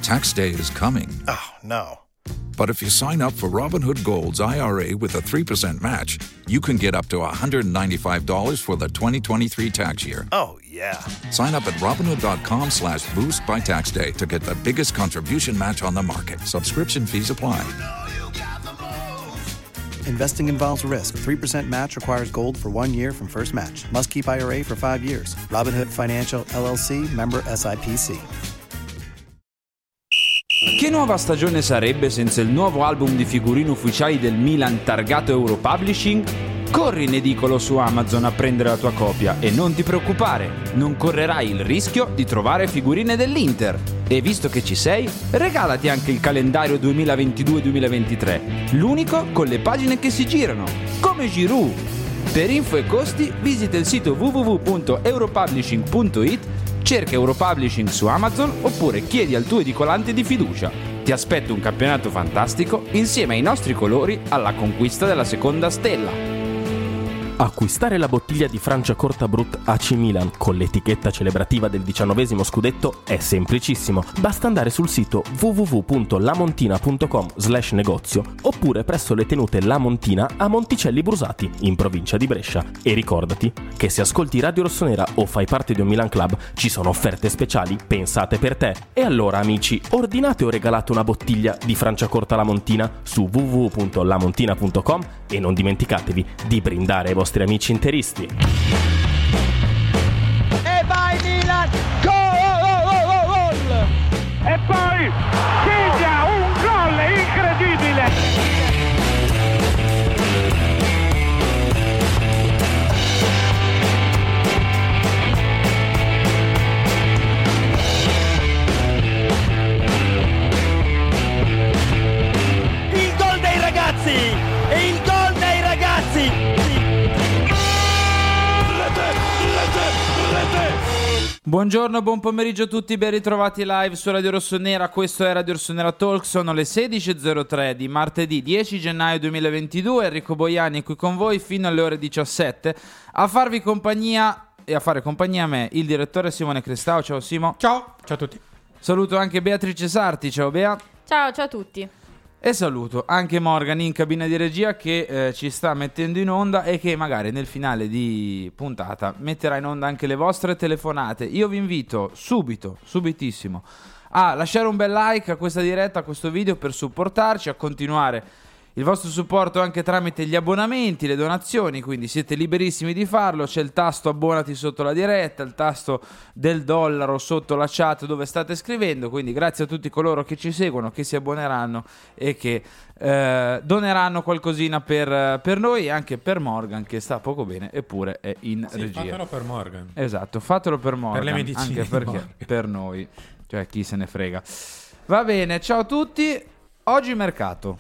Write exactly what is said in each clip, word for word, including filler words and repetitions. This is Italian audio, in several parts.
Tax day is coming. Oh, no. But if you sign up for Robinhood Gold's I R A with a three percent match, you can get up to one hundred ninety-five dollars for the twenty twenty-three tax year. Oh, yeah. Sign up at Robinhood.com slash boost by tax day to get the biggest contribution match on the market. Subscription fees apply. Investing involves risk. three percent match requires gold for one year from first match. Must keep I R A for five years. Robinhood Financial L L C, member S I P C. Che nuova stagione sarebbe senza il nuovo album di figurine ufficiali del Milan targato Europublishing? Corri in edicolo su Amazon a prendere la tua copia e non ti preoccupare, non correrai il rischio di trovare figurine dell'Inter. E visto che ci sei, regalati anche il calendario duemilaventidue duemilaventitré, l'unico con le pagine che si girano, come Giroud. Per info e costi visita il sito w w w punto europublishing punto it, cerca Europublishing su Amazon oppure chiedi al tuo edicolante di fiducia. Ti aspetta un campionato fantastico insieme ai nostri colori alla conquista della seconda stella. Acquistare la bottiglia di Franciacorta Brut A C Milan con l'etichetta celebrativa del diciannovesimo scudetto è semplicissimo. Basta andare sul sito w w w punto lamontina punto com slash negozio oppure presso le tenute La Montina a Monticelli Brusati, in provincia di Brescia. E ricordati che se ascolti Radio Rossonera o fai parte di un Milan Club ci sono offerte speciali pensate per te. E allora amici, ordinate o regalate una bottiglia di Franciacorta La Montina su w w w punto lamontina punto com e non dimenticatevi di brindare ai vostri amici interisti. E vai Milan, gol! E poi segna un gol incredibile! Il gol dei ragazzi! E il gol dei ragazzi! Buongiorno, buon pomeriggio a tutti, ben ritrovati live su Radio Rossonera. Questo è Radio Rossonera Talk, sono le sedici e zero tre di martedì dieci gennaio duemilaventidue. Enrico Boiani qui con voi fino alle ore diciassette a farvi compagnia e a fare compagnia a me, il direttore Simone Crestao. Ciao Simo. Ciao, ciao a tutti. Saluto anche Beatrice Sarti, ciao Bea. Ciao, ciao a tutti. E saluto anche Morgan in cabina di regia che eh, ci sta mettendo in onda e che magari nel finale di puntata metterà in onda anche le vostre telefonate. Io vi invito subito, subitissimo, a lasciare un bel like a questa diretta, a questo video per supportarci, a continuare il vostro supporto anche tramite gli abbonamenti, le donazioni, quindi siete liberissimi di farlo. C'è il tasto abbonati sotto la diretta, il tasto del dollaro sotto la chat dove state scrivendo, quindi grazie a tutti coloro che ci seguono, che si abboneranno e che eh, doneranno qualcosina per, per noi e anche per Morgan che sta poco bene eppure è in sì, regia. Fatelo per Morgan. Esatto, fatelo per Morgan, per le medicine, anche perché Morgan. Per noi, cioè chi se ne frega. Va bene, ciao a tutti. Oggi mercato.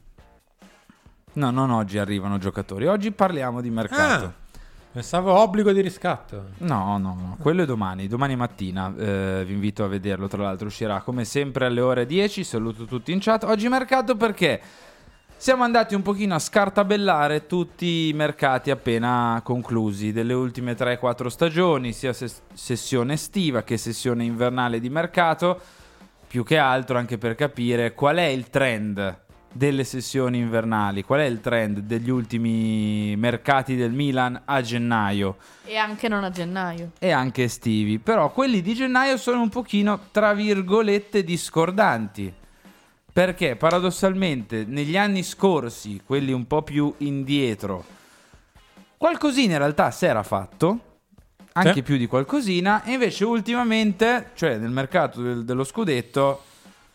No, non oggi arrivano giocatori, oggi parliamo di mercato. Ah, pensavo obbligo di riscatto. No, no, no, quello è domani, domani mattina, eh, vi invito a vederlo, tra l'altro uscirà come sempre alle ore dieci, saluto tutti in chat. Oggi mercato perché siamo andati un pochino a scartabellare tutti i mercati appena conclusi delle ultime tre quattro stagioni, sia ses- sessione estiva che sessione invernale di mercato, più che altro anche per capire qual è il trend delle sessioni invernali, qual è il trend degli ultimi mercati del Milan a gennaio e anche non a gennaio e anche estivi. Però quelli di gennaio sono un pochino tra virgolette discordanti, perché paradossalmente negli anni scorsi, quelli un po' più indietro, qualcosina in realtà si era fatto, anche sì, più di qualcosina, e invece ultimamente, cioè nel mercato del, dello scudetto,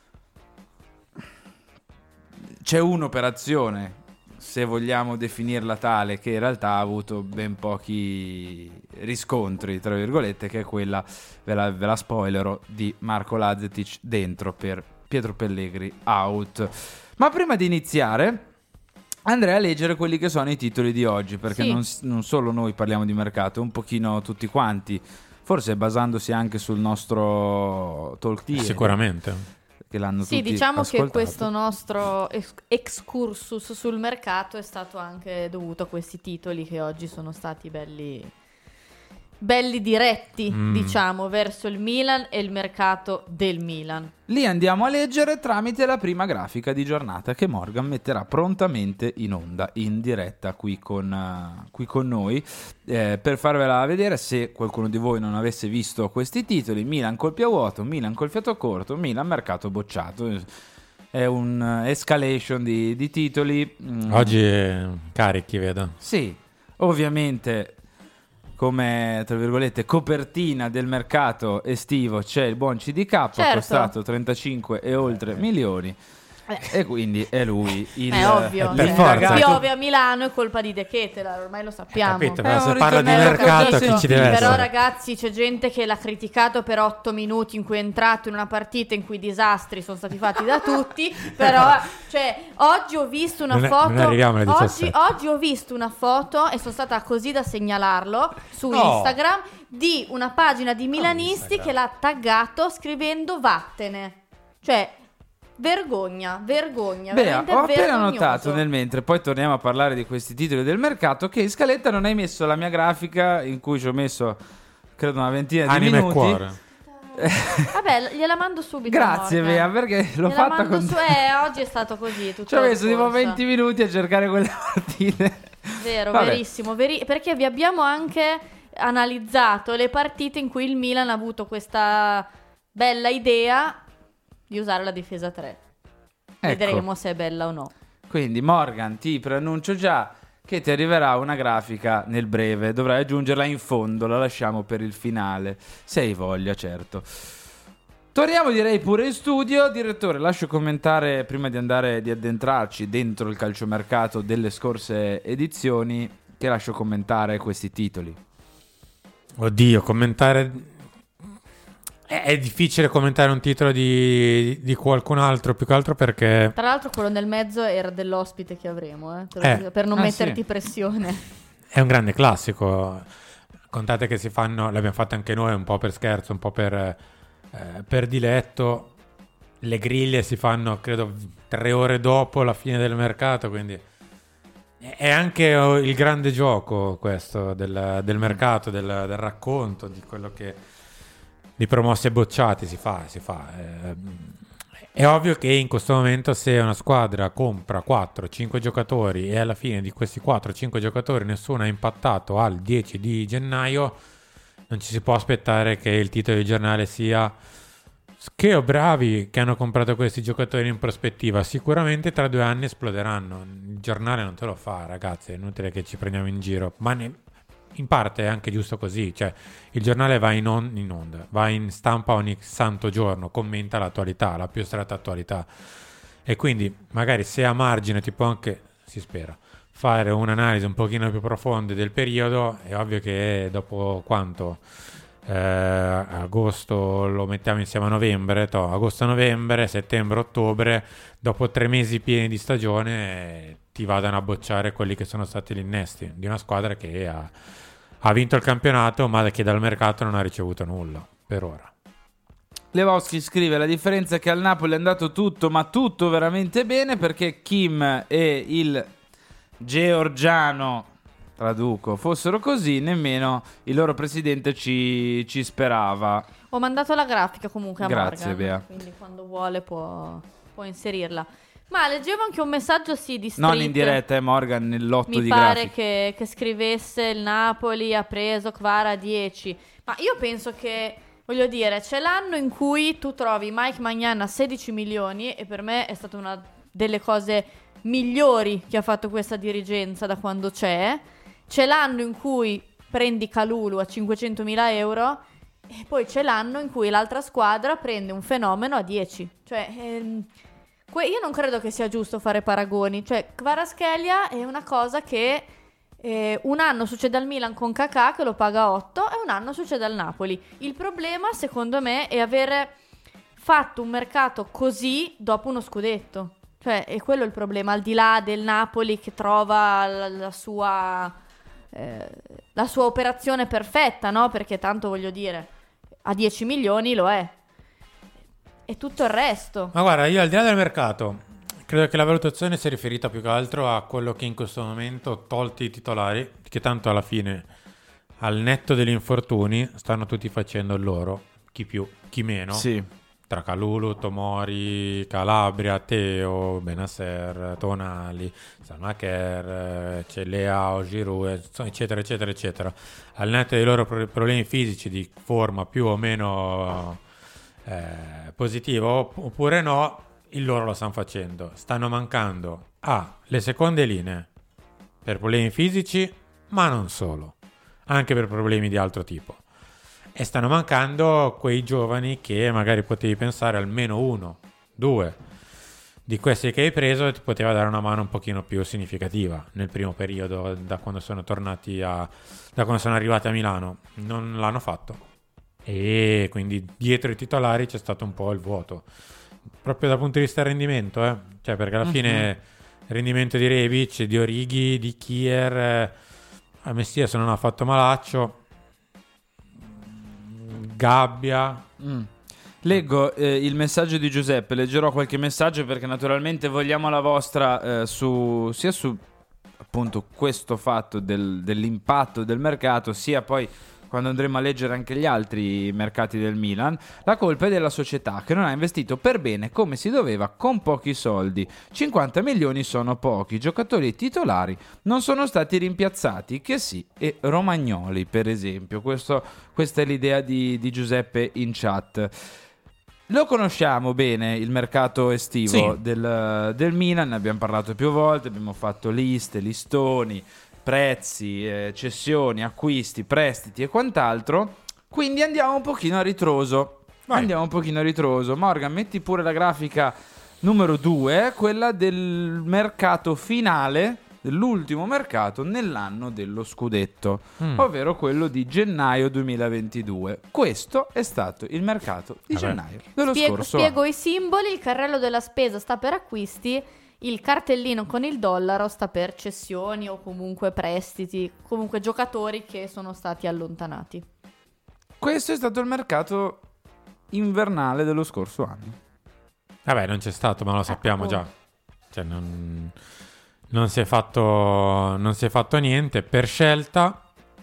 c'è un'operazione, se vogliamo definirla tale, che in realtà ha avuto ben pochi riscontri, tra virgolette, che è quella, ve la, ve la spoilerò, di Marco Lazetic dentro per Pietro Pellegrini out. Ma prima di iniziare andrei a leggere quelli che sono i titoli di oggi, perché sì, non, non solo noi parliamo di mercato, un pochino tutti quanti, forse basandosi anche sul nostro talk di sicuramente. Che l'hanno sì, tutti diciamo ascoltato. Che questo nostro ex- excursus sul mercato è stato anche dovuto a questi titoli che oggi sono stati belli belli diretti, Mm. diciamo, verso il Milan e il mercato del Milan. Li andiamo a leggere tramite la prima grafica di giornata che Morgan metterà prontamente in onda, in diretta qui con, uh, qui con noi, eh, per farvela vedere. Se qualcuno di voi non avesse visto questi titoli: Milan col piede vuoto, Milan col fiato corto, Milan mercato bocciato. È un uh, escalation di, di titoli. Mm. Oggi eh, carichi, vedo. Sì, ovviamente come, tra virgolette, copertina del mercato estivo c'è il buon C D K, Certo. costato trentacinque e oltre milioni. Eh. E quindi è lui il, È ovvio, per cioè, forza. piove a Milano è colpa di De Ketelaere, ormai lo sappiamo. Capito, È però se un parla di ritornello mercato capisco. chi ci deve Però essere? ragazzi, c'è gente che l'ha criticato per otto minuti in cui è entrato in una partita in cui i disastri sono stati fatti da tutti. Però cioè, oggi ho visto una Non è- foto non arriviamo alle oggi, diciassette. oggi ho visto una foto e sono stata così da segnalarlo su No. Instagram di una pagina di milanisti Instagram. che l'ha taggato scrivendo vattene. Cioè vergogna, vergogna. Beh, veramente ho appena vergognoso. notato nel mentre, poi torniamo a parlare di questi titoli del mercato, che in scaletta non hai messo la mia grafica in cui ci ho messo credo una ventina di Anima e minuti. cuore. Vabbè, gliela mando subito. Grazie Morgan. Bea, perché l'ho Gliela fatta mando con su- eh, oggi è stato così. Tutto ci ho il messo tipo corso. venti minuti a cercare quelle partite. Vero, Vabbè. verissimo. veri- perché vi abbiamo anche analizzato le partite in cui il Milan ha avuto questa bella idea di usare la difesa tre. Ecco. Vedremo se è bella o no. Quindi Morgan, ti preannuncio già che ti arriverà una grafica nel breve, dovrai aggiungerla in fondo, la lasciamo per il finale, se hai voglia, certo. Torniamo direi pure in studio. Direttore, lascio commentare, prima di andare di addentrarci dentro il calciomercato delle scorse edizioni, che lascio commentare questi titoli. Oddio, commentare... È, è difficile commentare un titolo di, di qualcun altro, più che altro perché... Tra l'altro quello nel mezzo era dell'ospite che avremo, eh, te lo Eh. dico, per non Ah, metterti sì. pressione. È un grande classico. Contate che si fanno, l'abbiamo fatto anche noi un po' per scherzo, un po' per, eh, per diletto. Le griglie si fanno, credo, tre ore dopo la fine del mercato, quindi è anche il grande gioco questo del, del mercato, del, del racconto, di quello che di promossi e bocciati si fa, si fa. Eh, È ovvio che in questo momento se una squadra compra quattro cinque giocatori e alla fine di questi quattro cinque giocatori nessuno ha impattato al dieci di gennaio, non ci si può aspettare che il titolo del giornale sia che oh, bravi che hanno comprato questi giocatori in prospettiva, sicuramente tra due anni esploderanno. Il giornale non te lo fa, ragazzi, è inutile che ci prendiamo in giro, ma ne... in parte è anche giusto così, cioè il giornale va in, on- in onda, va in stampa ogni santo giorno, commenta l'attualità, la più stretta attualità, e quindi magari se a margine ti può anche, si spera, fare un'analisi un pochino più profonda del periodo, è ovvio che dopo quanto eh, agosto lo mettiamo insieme a novembre, to, agosto-novembre, settembre-ottobre, dopo tre mesi pieni di stagione eh, ti vadano a bocciare quelli che sono stati gli innesti di una squadra che ha Ha vinto il campionato, ma che dal mercato non ha ricevuto nulla, per ora. Lewowski scrive: la differenza è che al Napoli è andato tutto, ma tutto veramente bene, perché Kim e il georgiano, traduco, fossero così, nemmeno il loro presidente ci, ci sperava. Ho mandato la grafica comunque a Grazie, Morgan, Bea. quindi quando vuole può, può inserirla. Ma leggevo anche un messaggio sì di Street. Non in diretta, eh, Morgan, nell'otto Mi di pare grafica. che, che scrivesse il Napoli ha preso Kvara a dieci. Ma io penso che, voglio dire, c'è l'anno in cui tu trovi Mike Maignan a sedici milioni e per me è stata una delle cose migliori che ha fatto questa dirigenza da quando c'è. C'è l'anno in cui prendi Kalulu a cinquecentomila euro e poi c'è l'anno in cui l'altra squadra prende un fenomeno a dieci. Cioè... Ehm, Que- io non credo che sia giusto fare paragoni. Cioè, Kvaratskhelia è una cosa che eh, un anno succede al Milan con Kakà che lo paga otto e un anno succede al Napoli. Il problema, secondo me, è avere fatto un mercato così dopo uno scudetto. Cioè, è quello il problema, al di là del Napoli che trova la, la sua eh, la sua operazione perfetta, no? Perché tanto, voglio dire, a dieci milioni lo è. E tutto il resto. Ma guarda, io al di là del mercato, credo che la valutazione sia riferita più che altro a quello che in questo momento, tolti i titolari, che tanto alla fine al netto degli infortuni stanno tutti facendo il loro, chi più, chi meno. Sì. Tra Kalulu, Tomori, Calabria, Teo, Benasser, Tonali, Salmacher, Celea, Giroud, eccetera, eccetera, eccetera. Al netto dei loro pro- problemi fisici di forma più o meno eh, positivo oppure no, il loro lo stanno facendo. Stanno mancando A, le seconde linee per problemi fisici, ma non solo, anche per problemi di altro tipo. E stanno mancando quei giovani che magari potevi pensare almeno uno, due di questi che hai preso ti poteva dare una mano un pochino più significativa nel primo periodo, da quando sono tornati a da quando sono arrivati a Milano. Non l'hanno fatto e quindi dietro i titolari c'è stato un po' il vuoto proprio dal punto di vista del rendimento, eh? Cioè, perché alla uh-huh. fine il rendimento di Rebic, di Origi, di Kier, eh, a Messias non ha fatto malaccio. Gabbia. Mm. Leggo eh, il messaggio di Giuseppe, leggerò qualche messaggio perché naturalmente vogliamo la vostra eh, su sia su appunto questo fatto del, dell'impatto del mercato, sia poi quando andremo a leggere anche gli altri mercati del Milan. La colpa è della società che non ha investito per bene come si doveva con pochi soldi. cinquanta milioni sono pochi, i giocatori titolari non sono stati rimpiazzati, che sì, e Romagnoli per esempio. Questo, questa è l'idea di, di Giuseppe in chat. Lo conosciamo bene il mercato estivo sì. del, del Milan, ne abbiamo parlato più volte, abbiamo fatto liste, listoni, prezzi, eh, cessioni, acquisti, prestiti e quant'altro. Quindi andiamo un pochino a ritroso. Vai. Andiamo un pochino a ritroso. Morgan, metti pure la grafica numero due, quella del mercato finale, dell'ultimo mercato nell'anno dello scudetto, mm. ovvero quello di gennaio duemilaventidue. Questo è stato il mercato di Vabbè. gennaio dello Spiego, scorso spiego anno. i simboli, il carrello della spesa sta per acquisti, il cartellino con il dollaro sta per cessioni o comunque prestiti, comunque giocatori che sono stati allontanati. Questo è stato il mercato invernale dello scorso anno. Vabbè, non c'è stato, ma lo sappiamo eh, già. Cioè, non, non si è fatto, non si è fatto niente per scelta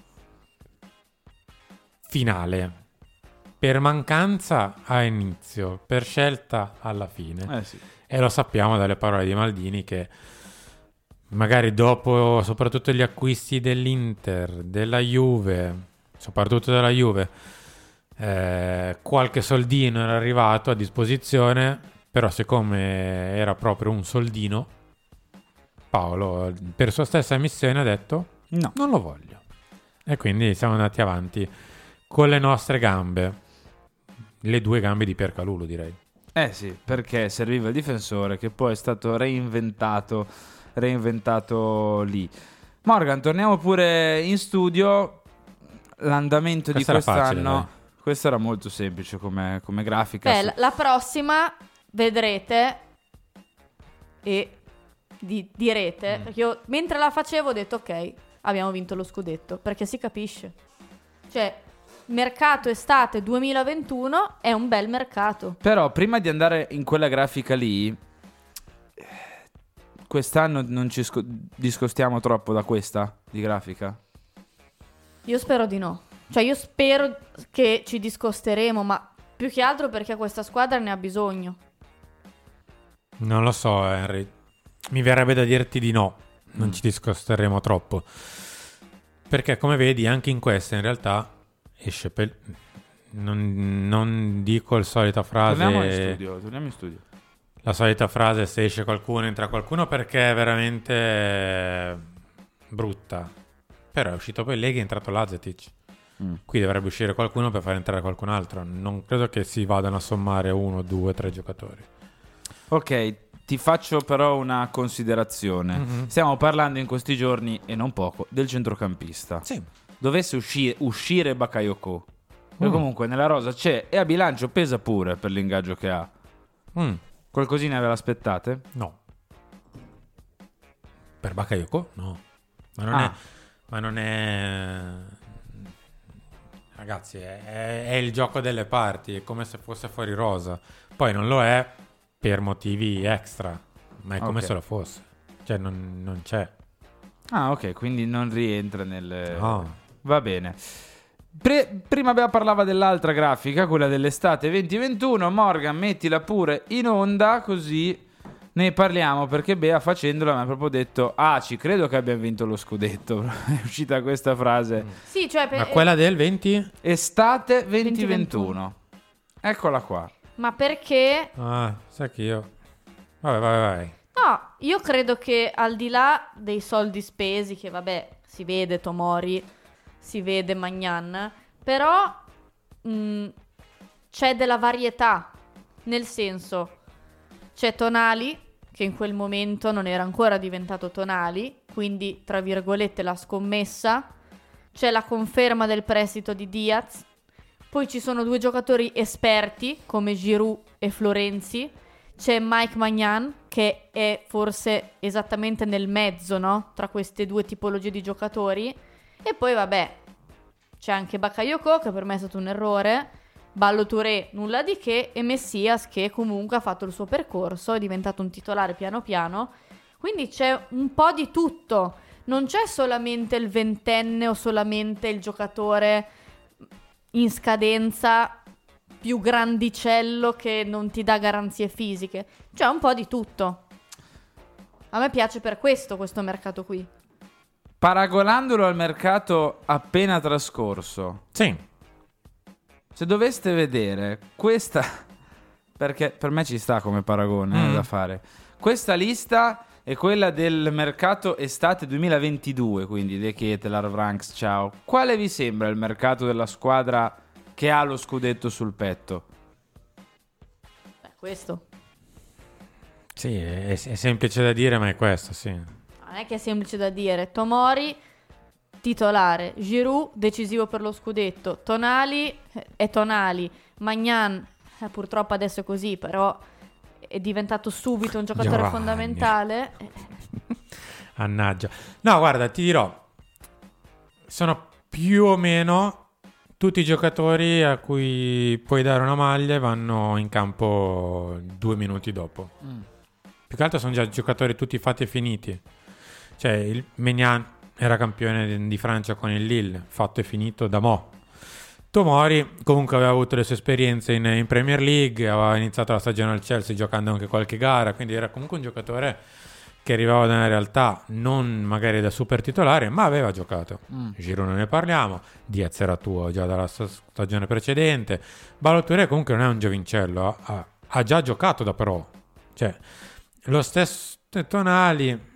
finale, per mancanza a inizio, per scelta alla fine. Eh sì. E lo sappiamo dalle parole di Maldini che magari dopo soprattutto gli acquisti dell'Inter, della Juve, soprattutto della Juve, eh, qualche soldino era arrivato a disposizione, però siccome era proprio un soldino, Paolo per sua stessa missione ha detto no, non lo voglio. E quindi siamo andati avanti con le nostre gambe, le due gambe di Piercalulu, direi. Eh sì, perché serviva il difensore che poi è stato reinventato reinventato lì. Morgan, torniamo pure in studio. L'andamento Questa di era quest'anno facile, questa era molto semplice come, come grafica. Beh, la prossima vedrete e di, direte, Mm. perché io mentre la facevo ho detto ok, abbiamo vinto lo scudetto, perché si capisce. Cioè, mercato estate duemilaventuno è un bel mercato. Però prima di andare in quella grafica lì, quest'anno non ci sco- discostiamo troppo da questa di grafica? Io spero di no. Cioè io spero che ci discosteremo, ma più che altro perché questa squadra ne ha bisogno. Non lo so, Henry. Mi verrebbe da dirti di no. Non Mm. ci discosteremo troppo. Perché come vedi anche in questa in realtà esce per... non, non dico la solita frase. Torniamo in studio, torniamo in studio. La solita frase se esce qualcuno entra qualcuno, perché è veramente brutta. Però è uscito poi Leghi, è entrato Lazetic. Mm. Qui dovrebbe uscire qualcuno per far entrare qualcun altro. Non credo che si vadano a sommare uno, due, tre giocatori. Ok, ti faccio però una considerazione. Mm-hmm. Stiamo parlando in questi giorni, e non poco, del centrocampista. Sì. Dovesse uscire, uscire Bakayoko, che Mm. comunque nella rosa c'è e a bilancio pesa pure per l'ingaggio che ha. Mm. Qualcosina ve l'aspettate? No. Per Bakayoko? No. Ma non Ah. è... Ma non è... Ragazzi, è, è il gioco delle parti, è come se fosse fuori rosa. Poi non lo è per motivi extra, ma è come Ok. se lo fosse. Cioè non, non c'è. Ah, ok, quindi non rientra nel... No. Va bene. Pre- prima abbiamo parlava dell'altra grafica, quella dell'estate venti ventuno. Morgan, mettila pure in onda così ne parliamo, perché Bea facendola mi ha proprio detto ah, ci credo che abbiamo vinto lo scudetto. È uscita questa frase. Sì, cioè per- Ma quella del venti? Estate venti ventuno. Eccola qua. Ma perché? Ah, sai che io... Vabbè, vai, vai. No, io credo che al di là dei soldi spesi, che vabbè, si vede Tomori, si vede Magnan, però mh, c'è della varietà, nel senso, c'è Tonali, che in quel momento non era ancora diventato Tonali, quindi tra virgolette la scommessa, c'è la conferma del prestito di Diaz, poi ci sono due giocatori esperti come Giroud e Florenzi, c'è Mike Magnan che è forse esattamente nel mezzo, no? Tra queste due tipologie di giocatori, e poi vabbè c'è anche Bakayoko, che per me è stato un errore, Ballo Touré nulla di che, e Messias che comunque ha fatto il suo percorso, è diventato un titolare piano piano, quindi c'è un po' di tutto, non c'è solamente il ventenne o solamente il giocatore in scadenza più grandicello che non ti dà garanzie fisiche, c'è un po' di tutto. A me piace per questo questo mercato qui. Paragonandolo al mercato appena trascorso, Sì. se doveste vedere questa, perché per me ci sta come paragone Mm. eh, da fare, questa lista è quella del mercato estate duemilaventidue, quindi De Ketelaar, Vranks, ciao. Quale vi sembra il mercato della squadra che ha lo scudetto sul petto? Beh, questo Sì, è, è semplice da dire, ma è questo, sì. non è che è semplice da dire. Tomori titolare, Giroud decisivo per lo scudetto, Tonali eh, è Tonali, Magnan eh, purtroppo adesso è così, però è diventato subito un giocatore Giovanni. fondamentale. Annaggia. No, guarda, ti dirò, sono più o meno tutti i giocatori a cui puoi dare una maglia e vanno in campo due minuti dopo. Mm. Più che altro sono già giocatori tutti fatti e finiti. Cioè, il Maignan era campione di- di Francia con il Lille, fatto e finito da mo'. Tomori comunque aveva avuto le sue esperienze in, in Premier League, aveva iniziato la stagione al Chelsea giocando anche qualche gara, quindi era comunque un giocatore che arrivava da una realtà non magari da super titolare, ma aveva giocato. Mm. Giroud non ne parliamo, Diaz era tuo già dalla sta- stagione precedente, Ballo Touré comunque non è un giovincello, ha, ha già giocato da pro, cioè lo stesso Tonali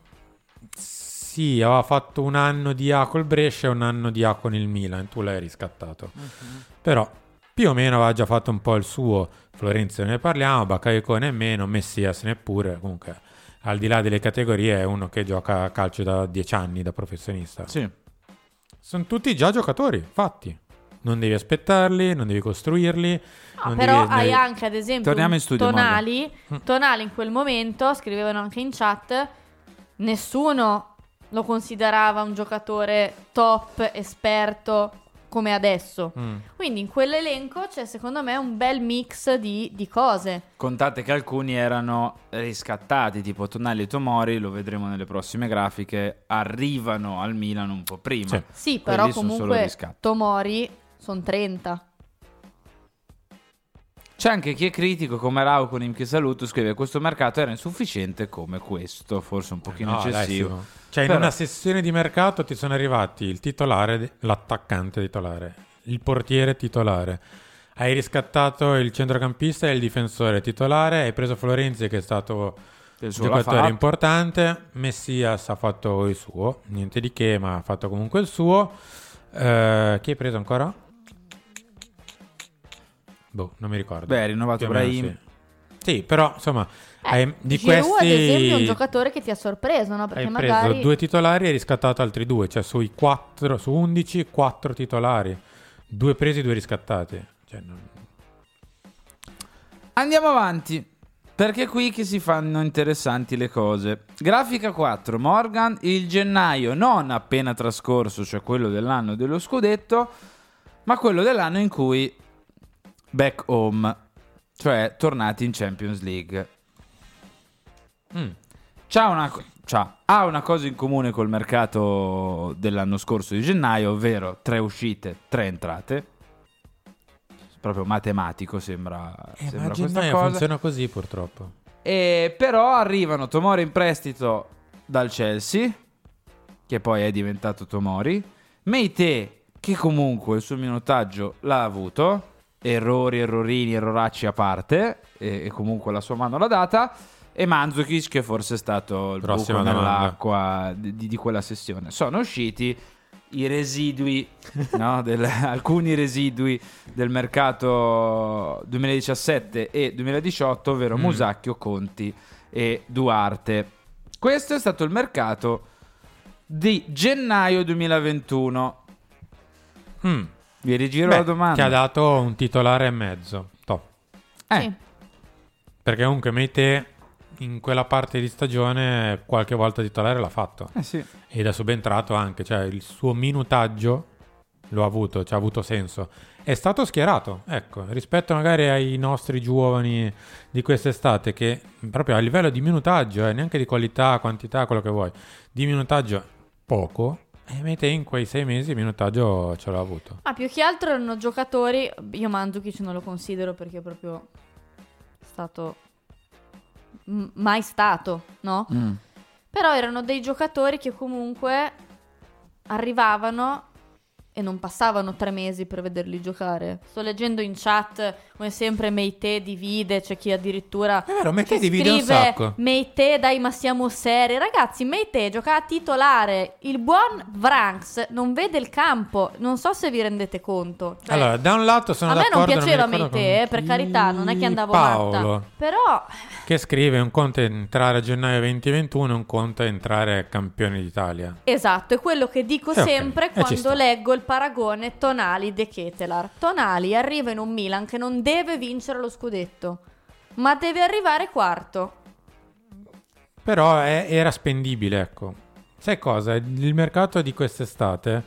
sì, aveva fatto un anno di A col Brescia e un anno di A con il Milan, tu l'hai riscattato, però più o meno aveva già fatto un po' il suo. Florenzi ne parliamo, Bakayoko nemmeno, Messias neppure, comunque al di là delle categorie è uno che gioca a calcio da dieci anni da professionista. Sì. Sono tutti già giocatori fatti, non devi aspettarli, non devi costruirli. No, non però devi- hai devi- anche ad esempio Torniamo un in studio, Tonali, Tonali in quel momento, scrivevano anche in chat, nessuno lo considerava un giocatore top, esperto come adesso. Mm. Quindi in quell'elenco c'è secondo me un bel mix di, di cose. Contate che alcuni erano riscattati, tipo Tonali e Tomori, lo vedremo nelle prossime grafiche, arrivano al Milan un po' prima. Sì. Sì, Quelli però sono solo comunque riscatti. Tomori sono trenta. C'è anche chi è critico, come Rauconim, che saluto, scrive: questo mercato era insufficiente come questo, forse un pochino No, dai, eccessivo. Simo. Cioè, Però- in una sessione di mercato ti sono arrivati il titolare, l'attaccante titolare, il portiere titolare. Hai riscattato il centrocampista e il difensore titolare. Hai preso Florenzi, che è stato un Del suo l'ha giocatore fatto. importante. Messias ha fatto il suo, niente di che, ma ha fatto comunque il suo. Eh, chi hai preso ancora? Boh, non mi ricordo. Beh, ha rinnovato Più o meno Brahim. Sì. Sì, però insomma, Eh, hai, di Giroud, questi ad esempio, è un giocatore che ti ha sorpreso, no? Perché hai magari preso due titolari e hai riscattato altri due, cioè sui quattro, su undici, quattro titolari, due presi, due riscattati. Cioè, non- Andiamo avanti, perché è qui che si fanno interessanti le cose. Grafica quattro, Morgan, il gennaio non appena trascorso, cioè quello dell'anno dello scudetto, ma quello dell'anno in cui back home, cioè tornati in Champions League. Mm. c'ha una, c'ha, ha una cosa in comune col mercato dell'anno scorso di gennaio, ovvero tre uscite, tre entrate. Proprio matematico sembra, Eh, sembra ma a questa gennaio cosa. funziona così purtroppo. E però arrivano Tomori in prestito dal Chelsea, che poi è diventato Tomori, Meite, che comunque il suo minutaggio l'ha avuto, errori, errorini, erroracci a parte, e, e comunque la sua mano l'ha data, e Mandzukic, che forse è stato il Prossima buco domanda. nell'acqua di, di quella sessione. Sono usciti i residui, no, del, alcuni residui del mercato duemiladiciassette e duemiladiciotto, ovvero Mm. Musacchio, Conti e Duarte. Questo è stato il mercato di gennaio duemilaventuno. Mm. Vi rigiro Beh, la domanda. Che ha dato un titolare e mezzo. Top. Eh, Sì. Perché comunque Meite in quella parte di stagione qualche volta titolare l'ha fatto. eh sì. Ed è subentrato anche, cioè il suo minutaggio lo ha avuto, cioè ha avuto senso. È stato schierato, ecco, rispetto magari ai nostri giovani di quest'estate che proprio a livello di minutaggio, eh, neanche di qualità, quantità, quello che vuoi, di minutaggio poco, e Meite in quei sei mesi il minutaggio ce l'ha avuto. Ah, più che altro erano giocatori. Io Mandzukic non lo considero perché è proprio stato m- mai stato, no? Mm. Però erano dei giocatori che comunque arrivavano e non passavano tre mesi per vederli giocare. Sto leggendo in chat, come sempre, Meite divide, c'è chi addirittura È vero, Meite che divide un scrive, sacco. Meite, dai, ma siamo seri. Ragazzi, Meite gioca a titolare. Il buon Vranks non vede il campo. Non so se vi rendete conto. Cioè, Allora, da un lato sono a me non d'accordo, piaceva mi ricordo Meite, con eh, per chi- carità, non è che andavo Paolo, matta. Però che scrive un conto è entrare a gennaio duemilaventuno, un conto è entrare campione d'Italia. esatto, è quello che dico Eh, ok. sempre Eh, ci quando sta. leggo il paragone Tonali-De Ketelaar. Tonali arriva in un Milan che non deve vincere lo scudetto, ma deve arrivare quarto. Però è- era spendibile, ecco. Sai cosa? Il mercato di quest'estate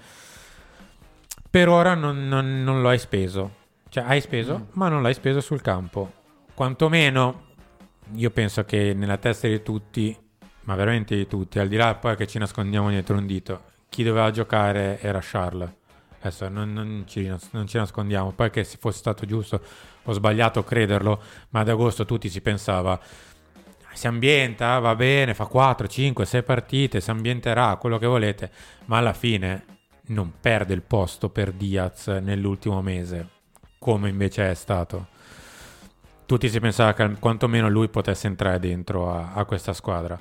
per ora non, non- non lo hai speso. Cioè hai speso, Mm. ma non l'hai speso sul campo. Quantomeno io penso che nella testa di tutti, ma veramente di tutti, al di là poi che ci nascondiamo dietro un dito, chi doveva giocare era Charles. Adesso non, non ci, non ci nascondiamo, poi che se fosse stato giusto o sbagliato a crederlo, ma ad agosto tutti si pensava si ambienta, va bene, fa quattro, cinque, sei partite, si ambienterà, quello che volete, ma alla fine non perde il posto per Diaz nell'ultimo mese, come invece è stato. Tutti si pensava che quantomeno lui potesse entrare dentro a, a questa squadra.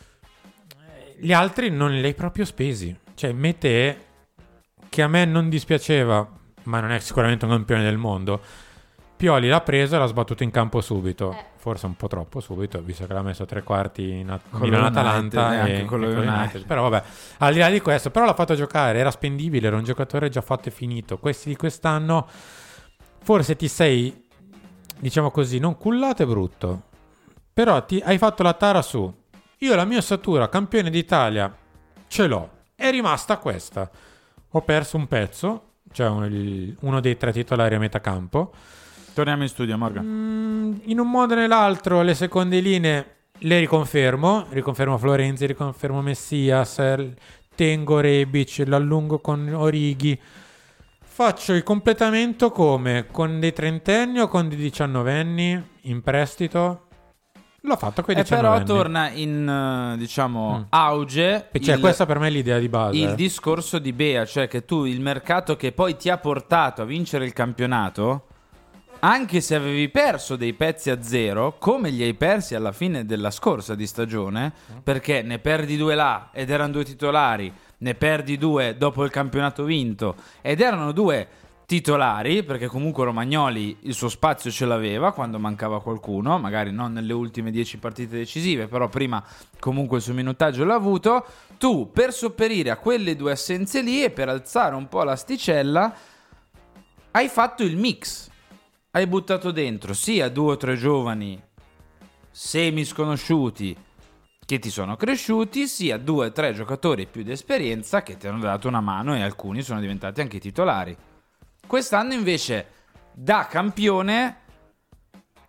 Gli altri non li hai proprio spesi. Cioè, Meite, che a me non dispiaceva, ma non è sicuramente un campione del mondo, Pioli l'ha preso e l'ha sbattuto in campo subito. Eh. Forse un po' troppo subito, visto che l'ha messo tre quarti in At- Con lo Milan-Atalanta United, e, anche con lo e con United. United. Però vabbè, al di là di questo, però l'ha fatto giocare, era spendibile, era un giocatore già fatto e finito. Questi di quest'anno forse ti sei, diciamo così, non cullato è brutto, però ti hai fatto la tara su. Io la mia ossatura campione d'Italia ce l'ho, è rimasta questa. Ho perso un pezzo, cioè un- il- uno dei tre titolari a metà campo. Torniamo in studio, Morgan. Mm, in un modo o nell'altro le seconde linee le riconfermo, riconfermo Florenzi, riconfermo Messias, eh, tengo Rebic, l'allungo con Orighi. Faccio il completamento come? Con dei trentenni o con dei diciannovenni in prestito? L'ho fatto con i E però diciannovenni. torna in, eh, diciamo, Mm. auge E cioè, il- questa per me è l'idea di base. il eh. discorso di Bea, cioè che tu il mercato che poi ti ha portato a vincere il campionato, anche se avevi perso dei pezzi a zero, come li hai persi alla fine della scorsa di stagione, perché ne perdi due là ed erano due titolari, ne perdi due dopo il campionato vinto ed erano due titolari, perché comunque Romagnoli il suo spazio ce l'aveva quando mancava qualcuno, magari non nelle ultime dieci partite decisive, però prima comunque il suo minutaggio l'ha avuto. Tu, per sopperire a quelle due assenze lì e per alzare un po' l'asticella, hai fatto il mix. Hai buttato dentro sia due o tre giovani semi sconosciuti che ti sono cresciuti, sia due o tre giocatori più di esperienza che ti hanno dato una mano e alcuni sono diventati anche titolari. Quest'anno invece da campione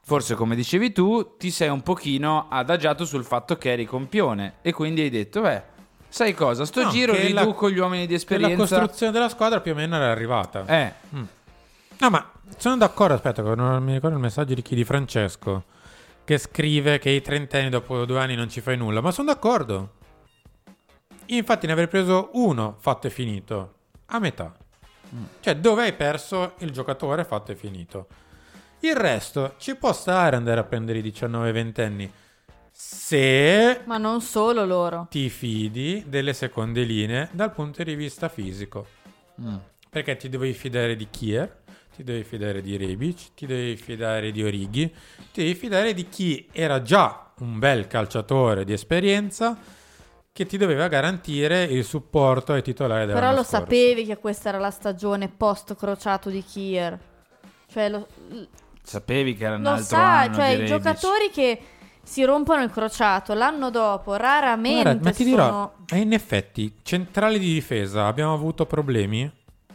forse come dicevi tu, ti sei un pochino adagiato sul fatto che eri compione e quindi hai detto, beh, sai cosa, sto No, giro che riduco la- gli uomini di che esperienza. la costruzione della squadra più o meno era arrivata. Eh, No, ma sono d'accordo, aspetta, che non mi ricordo il messaggio di chi, di Francesco, che scrive che i trentenni dopo due anni non ci fai nulla, ma sono d'accordo. Io infatti ne avrei preso uno fatto e finito, a metà. Cioè, dove hai perso il giocatore fatto e finito. Il resto ci può stare andare a prendere i diciannove ventenni se Ma non solo loro. ti fidi delle seconde linee dal punto di vista fisico. Perché ti dovevi fidare di Kier, ti devi fidare di Rebic, ti devi fidare di Origi, ti devi fidare di chi era già un bel calciatore di esperienza che ti doveva garantire il supporto ai titolari dell'anno Però lo scorso. sapevi che questa era la stagione post crociato di Kier. Cioè lo, sapevi che era un lo altro sa, anno cioè di i Rebic. giocatori che si rompono il crociato l'anno dopo raramente Guarda, ma ti dirò, sono... e in effetti, centrali di difesa abbiamo avuto problemi?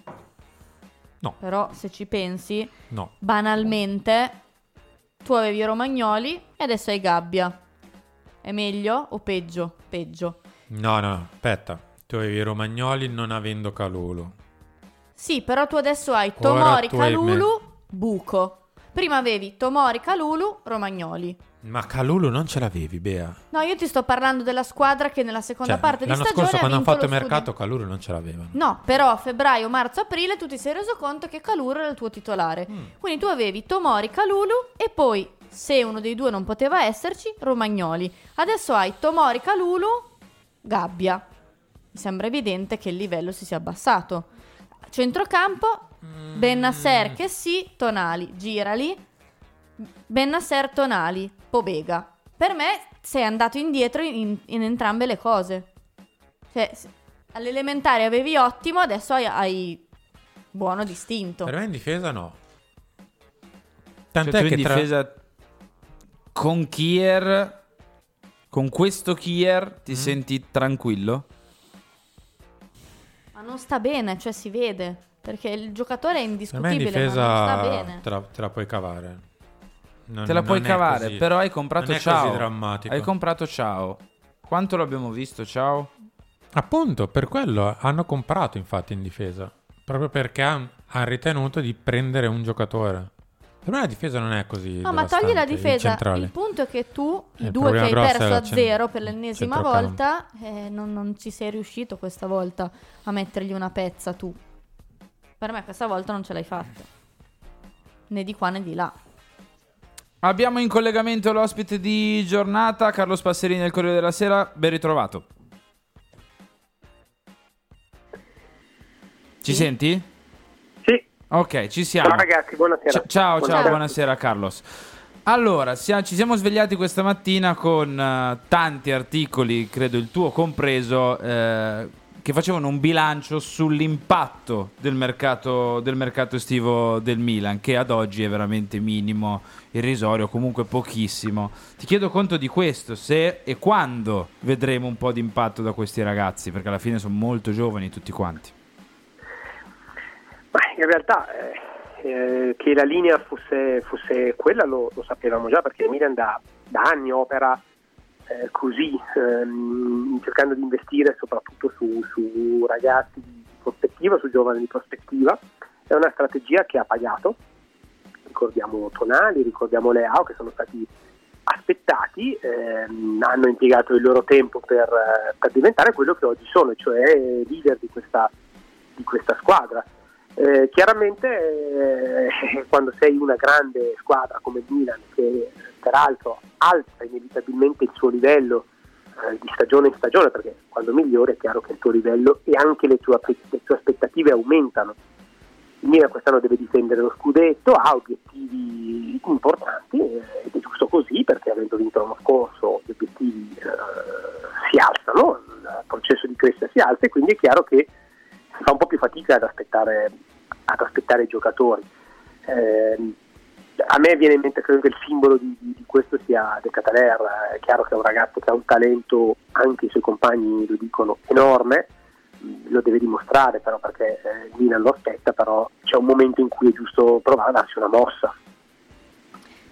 Però se ci pensi, No. banalmente, tu avevi Romagnoli e adesso hai Gabbia. È meglio o peggio? Peggio. No, no, aspetta. Tu avevi Romagnoli non avendo Calulu. Sì, però tu adesso hai Ora Tomori, tu hai Kalulu, Buco. Prima avevi Tomori, Kalulu, Romagnoli. Ma Calulu non ce l'avevi, Bea. No, io ti sto parlando della squadra che nella seconda Cioè, parte di l'anno stagione scorso ha quando hanno vinto fatto lo mercato scudetto. Calulu non ce l'avevano. No, però a febbraio, marzo, aprile tu ti sei reso conto che Kalulu era il tuo titolare. Mm. Quindi tu avevi Tomori, Kalulu e poi, se uno dei due non poteva esserci, Romagnoli. Adesso hai Tomori, Kalulu, Gabbia. Mi sembra evidente che il livello si sia abbassato. Centrocampo, Mm. Bennasser che sì, Tonali, girali. Bennasser, Tonali, Pobega. Per me sei andato indietro in, in entrambe le cose. Cioè, s- all'elementare avevi ottimo, adesso hai, hai buono distinto. Per me in difesa no. Cioè, Tant'è tu in che tra... difesa con Kier, con questo Kier, ti Mm. senti tranquillo? Ma non sta bene, cioè si vede. Perché il giocatore è Per me in indiscutibile, ma non sta difesa bene. te la, te la puoi cavare. Non- Te la puoi non è cavare, così- però hai comprato non è Ciao. così drammatico. Hai comprato Ciao. Quanto l'abbiamo visto Ciao? Appunto, per quello hanno comprato infatti in difesa. Proprio perché hanno ritenuto di prendere un giocatore. Per me la difesa non è così. No, ma togli la devastante, il difesa. centrale. Il punto è che tu, i Il due che problema hai grosso è perso la a cen- zero per l'ennesima centrocampo. volta, eh, non, non ci sei riuscito questa volta a mettergli una pezza tu. Per me questa volta non ce l'hai fatta. Né di qua né di là. Abbiamo in collegamento l'ospite di giornata, Carlo Spasserini del Corriere della Sera. Ben ritrovato. Ci senti? Sì. Ok, ci siamo. Ciao ragazzi, buonasera. Cia- ciao, ciao, Buonasera. buonasera Carlos. Allora, sia- ci siamo svegliati questa mattina con eh, tanti articoli, credo il tuo compreso, eh, che facevano un bilancio sull'impatto del mercato, del mercato estivo del Milan, che ad oggi è veramente minimo, irrisorio, comunque pochissimo. Ti chiedo conto di questo, se e quando vedremo un po' di impatto da questi ragazzi, perché alla fine sono molto giovani tutti quanti. Ma in realtà eh, eh, che la linea fosse, fosse quella lo, lo sapevamo già, perché il Milan da, da anni opera eh, così, ehm, cercando di investire soprattutto su, su ragazzi di prospettiva, su giovani di prospettiva. È una strategia che ha pagato. Ricordiamo Tonali, ricordiamo Leao, che sono stati aspettati, ehm, hanno impiegato il loro tempo per, per diventare quello che oggi sono, cioè leader di questa, di questa squadra. Eh, chiaramente eh, quando sei una grande squadra come il Milan, che peraltro alza inevitabilmente il suo livello eh, di stagione in stagione, perché quando migliori è chiaro che il tuo livello e anche le tue, le tue aspettative aumentano. Il Milan quest'anno deve difendere lo scudetto, ha obiettivi importanti eh, ed è giusto così, perché avendo vinto l'anno scorso gli obiettivi eh, si alzano, il processo di crescita si alza, e quindi è chiaro che si fa un po' più fatica ad aspettare, ad aspettare i giocatori. Eh, a me viene in mente, credo che il simbolo di, di, di questo sia De Ketelaere. È chiaro che è un ragazzo che ha un talento, anche i suoi compagni lo dicono, enorme, lo deve dimostrare però, perché eh, il Milan lo aspetta, però c'è un momento in cui è giusto provare a darsi una mossa.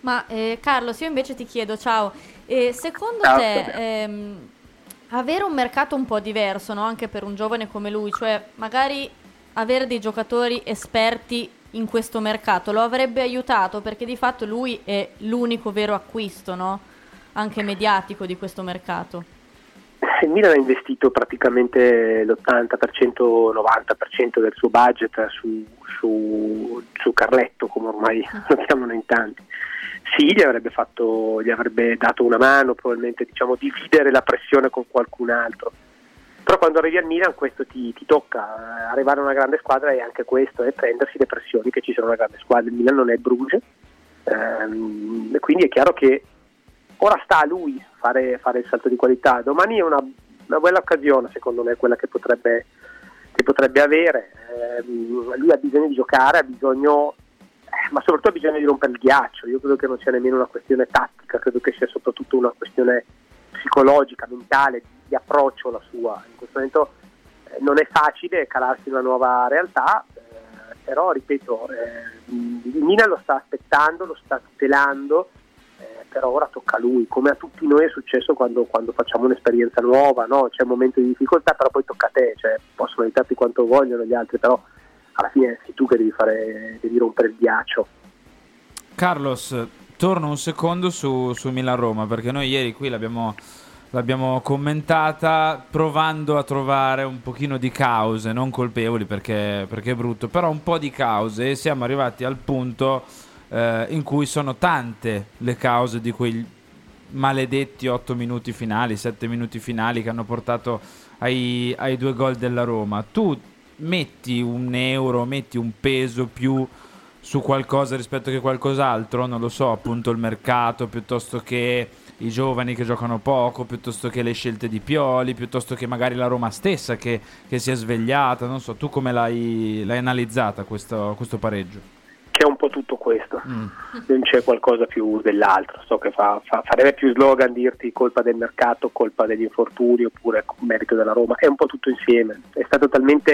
Ma eh, Carlos, io invece ti chiedo, ciao, eh, secondo Ciao, te ehm, avere un mercato un po' diverso, no? Anche per un giovane come lui, cioè magari avere dei giocatori esperti in questo mercato lo avrebbe aiutato, perché di fatto lui è l'unico vero acquisto, no? Anche mediatico di questo mercato. Il Milan ha investito praticamente l'ottanta per cento, novanta per cento del suo budget su, su, su Carletto, come ormai lo chiamano in tanti. Sì, gli avrebbe fatto, gli avrebbe dato una mano, probabilmente, diciamo, dividere la pressione con qualcun altro. Però quando arrivi al Milan questo ti, ti tocca, arrivare a una grande squadra è anche questo, è prendersi le pressioni che ci sono una grande squadra. Il Milan non è il Bruges, ehm, quindi è chiaro che ora sta a lui fare, fare il salto di qualità. Domani è una, una bella occasione, secondo me, quella che potrebbe, che potrebbe avere. Ehm, lui ha bisogno di giocare, ha bisogno, eh, ma soprattutto ha bisogno di rompere il ghiaccio. Io credo che non sia nemmeno una questione tattica, credo che sia soprattutto una questione psicologica, mentale, di approccio la sua. In questo momento eh, non è facile calarsi in una nuova realtà, eh, però ripeto, eh, il Milan lo sta aspettando, lo sta tutelando, eh, però ora tocca a lui, come a tutti noi è successo quando, quando facciamo un'esperienza nuova, no? C'è un momento di difficoltà, però poi tocca a te, cioè possono aiutarti quanto vogliono gli altri, però alla fine sei tu che devi fare, devi rompere il ghiaccio. Carlos, torno un secondo su, su Milan-Roma, perché noi ieri qui l'abbiamo l'abbiamo commentata provando a trovare un pochino di cause, non colpevoli perché, perché è brutto, però un po' di cause, e siamo arrivati al punto eh, in cui sono tante le cause di quei maledetti otto minuti finali, sette minuti finali che hanno portato ai, ai due gol della Roma. Tu metti un euro, metti un peso più su qualcosa rispetto che qualcos'altro, non lo so, appunto il mercato, piuttosto che i giovani che giocano poco, piuttosto che le scelte di Pioli, piuttosto che magari la Roma stessa che, che si è svegliata, non so, tu come l'hai, l'hai analizzata questo, questo pareggio? C'è un po' tutto questo, mm. non c'è qualcosa più dell'altro. So che fa, fa, farebbe più slogan dirti colpa del mercato, colpa degli infortuni oppure merito della Roma, è un po' tutto insieme. È stato talmente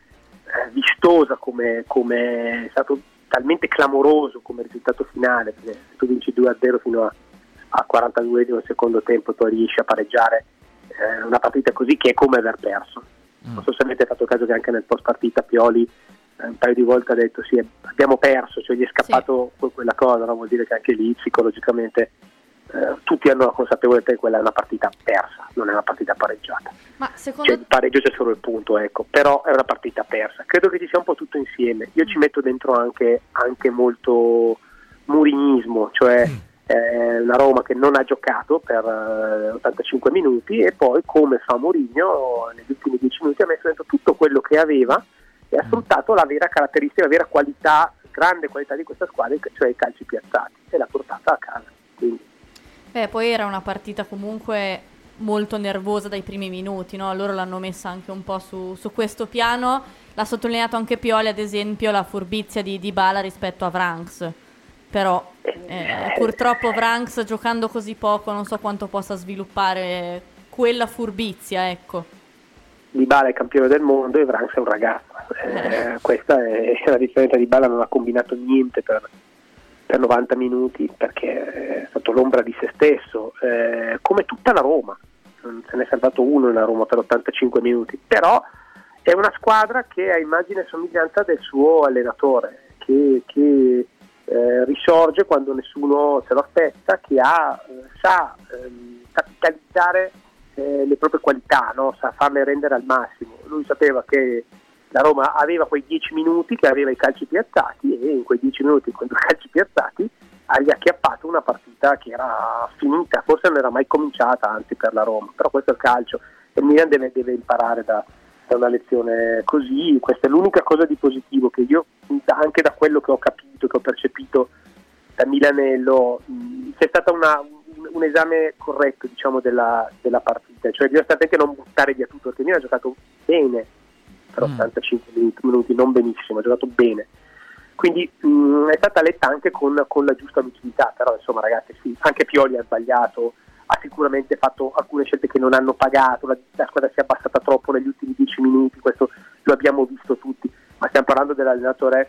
eh, vistosa come, come è stato talmente clamoroso come risultato finale, perché se tu vinci due a zero fino a al quarantaduesimo del secondo tempo poi riesci a pareggiare eh, una partita così, che è come aver perso. Mm. Non so se avete fatto caso che anche nel post partita Pioli eh, un paio di volte ha detto sì, abbiamo perso, cioè gli è scappato sì. quella cosa, no? Vuol dire che anche lì psicologicamente eh, tutti hanno la consapevolezza che quella è una partita persa, non è una partita pareggiata. Ma secondo... cioè, il pareggio c'è solo il punto, ecco, però è una partita persa. Credo che ci sia un po' tutto insieme. Io mm. ci metto dentro anche, anche molto murinismo, cioè mm. una Roma che non ha giocato per uh, ottantacinque minuti, e poi, come fa Mourinho, negli ultimi dieci minuti ha messo dentro tutto quello che aveva e ha sfruttato la vera caratteristica, la vera qualità, grande qualità di questa squadra, cioè i calci piazzati, e l'ha portata a casa. Quindi. Beh, poi era una partita comunque molto nervosa dai primi minuti, no? Loro l'hanno messa anche un po' su, su questo piano. L'ha sottolineato anche Pioli, ad esempio, la furbizia di Dybala rispetto a Vranks. Però eh, purtroppo Vranks, giocando così poco, non so quanto possa sviluppare quella furbizia, ecco. Dybala è campione del mondo e Vranks è un ragazzo, eh, questa è la differenza. Dybala non ha combinato niente per, per novanta minuti, perché è stato l'ombra di se stesso, eh, come tutta la Roma. Non se ne è salvato uno nella Roma per ottantacinque minuti, però è una squadra che ha immagine e somiglianza del suo allenatore, che, che Eh, risorge quando nessuno se lo aspetta, che ha, eh, sa ehm, capitalizzare eh, le proprie qualità, no? Sa farle rendere al massimo. Lui sapeva che la Roma aveva quei dieci minuti, che aveva i calci piazzati, e in quei dieci minuti, con due calci piazzati, ha riacchiappato una partita che era finita, forse non era mai cominciata, anzi, per la Roma. Però questo è il calcio e il Milan deve, deve imparare da, da una lezione così. Questa è l'unica cosa di positivo che io, anche da quello che ho capito, che ho percepito da Milanello, mh, c'è stato una, un, un esame corretto, diciamo, della, della partita, cioè bisogna stare attenti a non buttare via tutto, perché Milan ha giocato bene per ottantacinque mm. minuti, non benissimo, ha giocato bene, quindi mh, è stata letta anche con, con la giusta lucidità. Però insomma, ragazzi, sì, anche Pioli ha sbagliato, ha sicuramente fatto alcune scelte che non hanno pagato, la, la squadra si è abbassata troppo negli ultimi dieci minuti, questo lo abbiamo visto tutti, ma stiamo parlando dell'allenatore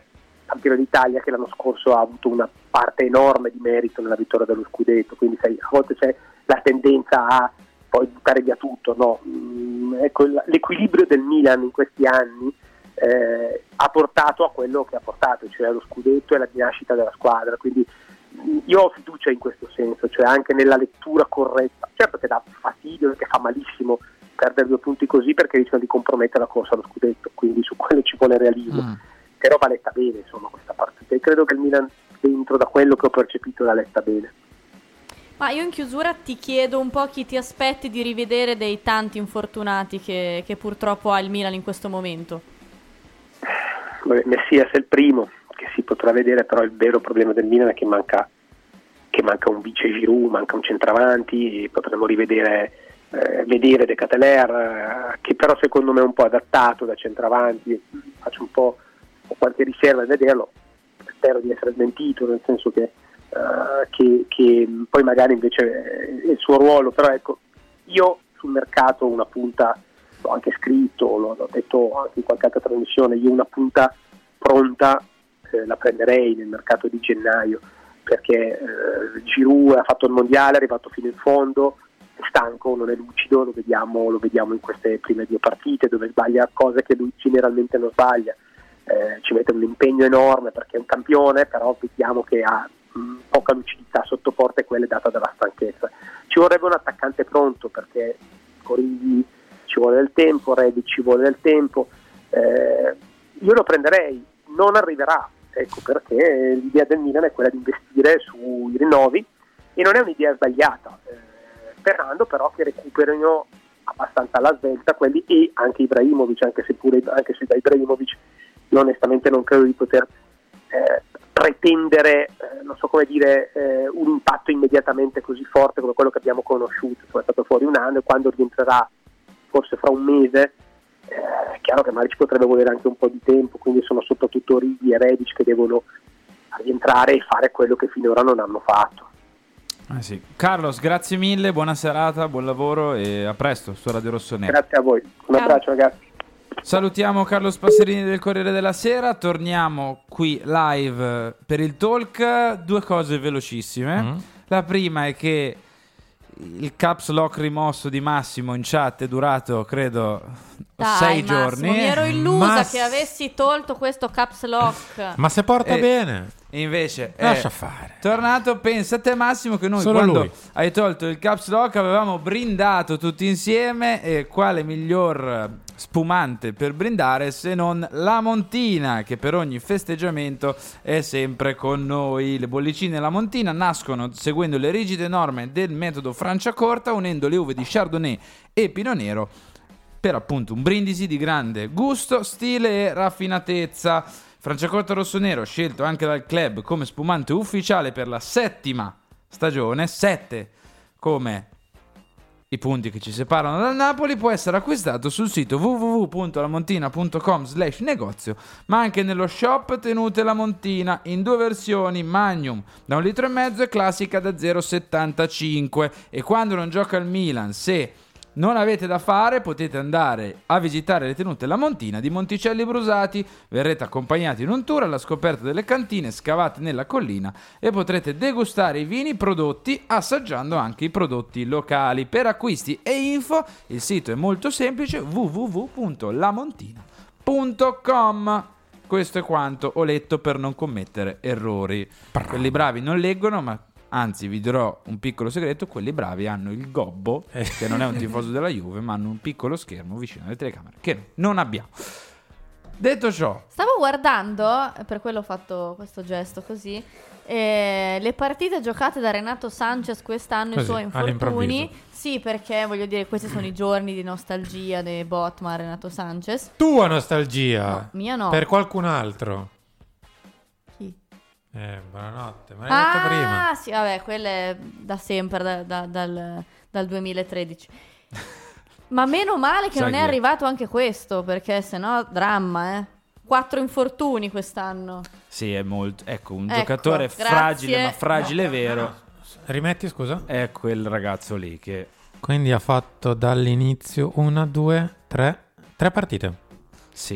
campione d'Italia che l'anno scorso ha avuto una parte enorme di merito nella vittoria dello scudetto, quindi sai, a volte c'è la tendenza a poi buttare via tutto, no? Mm, ecco, l'equilibrio del Milan in questi anni eh, ha portato a quello che ha portato, cioè lo scudetto e la rinascita della squadra, quindi mh, io ho fiducia in questo senso, cioè anche nella lettura corretta. Certo che dà fastidio, che fa malissimo perdere due punti così, perché rischiano di compromettere la corsa allo scudetto, quindi su quello ci vuole realismo, mm. però va letta bene insomma questa partita, e credo che il Milan dentro, da quello che ho percepito, la letta bene. Ma io in chiusura ti chiedo un po' chi ti aspetti di rivedere dei tanti infortunati che, che purtroppo ha il Milan in questo momento. Vabbè, Messias è il primo che si potrà vedere, però il vero problema del Milan è che manca, che manca un vice Giroud, manca un centravanti, potremmo rivedere eh, vedere De Ketelaere, eh, che però secondo me è un po' adattato da centravanti, faccio un po' qualche riserva a vederlo, spero di essere smentito, nel senso che Uh, che, che poi magari invece è il suo ruolo, però ecco, io sul mercato una punta, l'ho anche scritto, l'ho, l'ho detto anche in qualche altra trasmissione, io una punta pronta eh, la prenderei nel mercato di gennaio, perché eh, Giroud ha fatto il mondiale, è arrivato fino in fondo, è stanco, non è lucido, lo vediamo, lo vediamo in queste prime due partite dove sbaglia cose che lui generalmente non sbaglia, eh, ci mette un impegno enorme perché è un campione, però vediamo che ha poca lucidità sotto porta, e quella è data dalla stanchezza. Ci vorrebbe un attaccante pronto, perché Origi ci vuole del tempo, Rebic ci vuole del tempo, eh, io lo prenderei, non arriverà, ecco perché l'idea del Milan è quella di investire sui rinnovi, e non è un'idea sbagliata, eh, sperando però che recuperino abbastanza alla svelta quelli, e anche Ibrahimovic, anche se pure anche se da Ibrahimovic onestamente non credo di poter eh, pretendere, eh, non so come dire, eh, un impatto immediatamente così forte come quello che abbiamo conosciuto, che è stato fuori un anno, e quando rientrerà forse fra un mese, eh, è chiaro che magari ci potrebbe volere anche un po' di tempo, quindi sono soprattutto Origi e Rebic che devono rientrare e fare quello che finora non hanno fatto. Eh sì. Carlos, grazie mille, buona serata, buon lavoro e a presto su Radio Rossonero. Grazie a voi, un abbraccio ragazzi. Salutiamo Carlos Passerini del Corriere della Sera, torniamo qui live per il talk. Due cose velocissime. Mm. La prima è che il caps lock rimosso di Massimo in chat è durato, credo, Dai, sei Massimo, giorni. Mi ero illusa Mass... che avessi tolto questo caps lock. Ma se porta e bene. Invece lascia è fare. tornato. Pensa a te Massimo che noi Solo quando lui. hai tolto il caps lock avevamo brindato tutti insieme, e quale miglior spumante per brindare se non la Montina, che per ogni festeggiamento è sempre con noi. Le bollicine La Montina nascono seguendo le rigide norme del metodo Franciacorta, unendo le uve di Chardonnay e Pinot Nero per appunto un brindisi di grande gusto, stile e raffinatezza. Franciacorta Rossonero, scelto anche dal club come spumante ufficiale per la settima stagione, sette come i punti che ci separano dal Napoli, può essere acquistato sul sito w w w punto lamontina punto com slash negozio, ma anche nello shop Tenute La Montina in due versioni, Magnum da un litro e mezzo e classica da zero virgola settantacinque. E quando non gioca il Milan, se non avete da fare, potete andare a visitare le tenute La Montina di Monticelli Brusati, verrete accompagnati in un tour alla scoperta delle cantine scavate nella collina e potrete degustare i vini prodotti assaggiando anche i prodotti locali. Per acquisti e info il sito è molto semplice, w w w punto lamontina punto com. Questo è quanto ho letto per non commettere errori. Bravo. Quelli bravi non leggono, ma anzi, vi dirò un piccolo segreto: quelli bravi hanno il gobbo, che non è un tifoso della Juve, ma hanno un piccolo schermo vicino alle telecamere, che non abbiamo. Detto ciò, stavo guardando, per quello ho fatto questo gesto così, eh, le partite giocate da Renato Sanchez quest'anno, così, i suoi infortuni. Sì, perché voglio dire, questi sono i giorni di nostalgia dei Botman, Renato Sanchez. Tua nostalgia? No, mia no. Per qualcun altro? Eh, buonanotte, me l'hai ah, detto prima. Ah, sì, vabbè, quelle da sempre, da, da, dal, dal duemilatredici. Ma meno male che Sai non che... è arrivato anche questo, perché sennò dramma, eh. Quattro infortuni quest'anno. Sì, è molto. Ecco, un ecco, giocatore grazie. fragile, ma fragile no, vero. no. Rimetti, scusa? È quel ragazzo lì che... Quindi ha fatto dall'inizio una, due, tre, tre partite. Sì.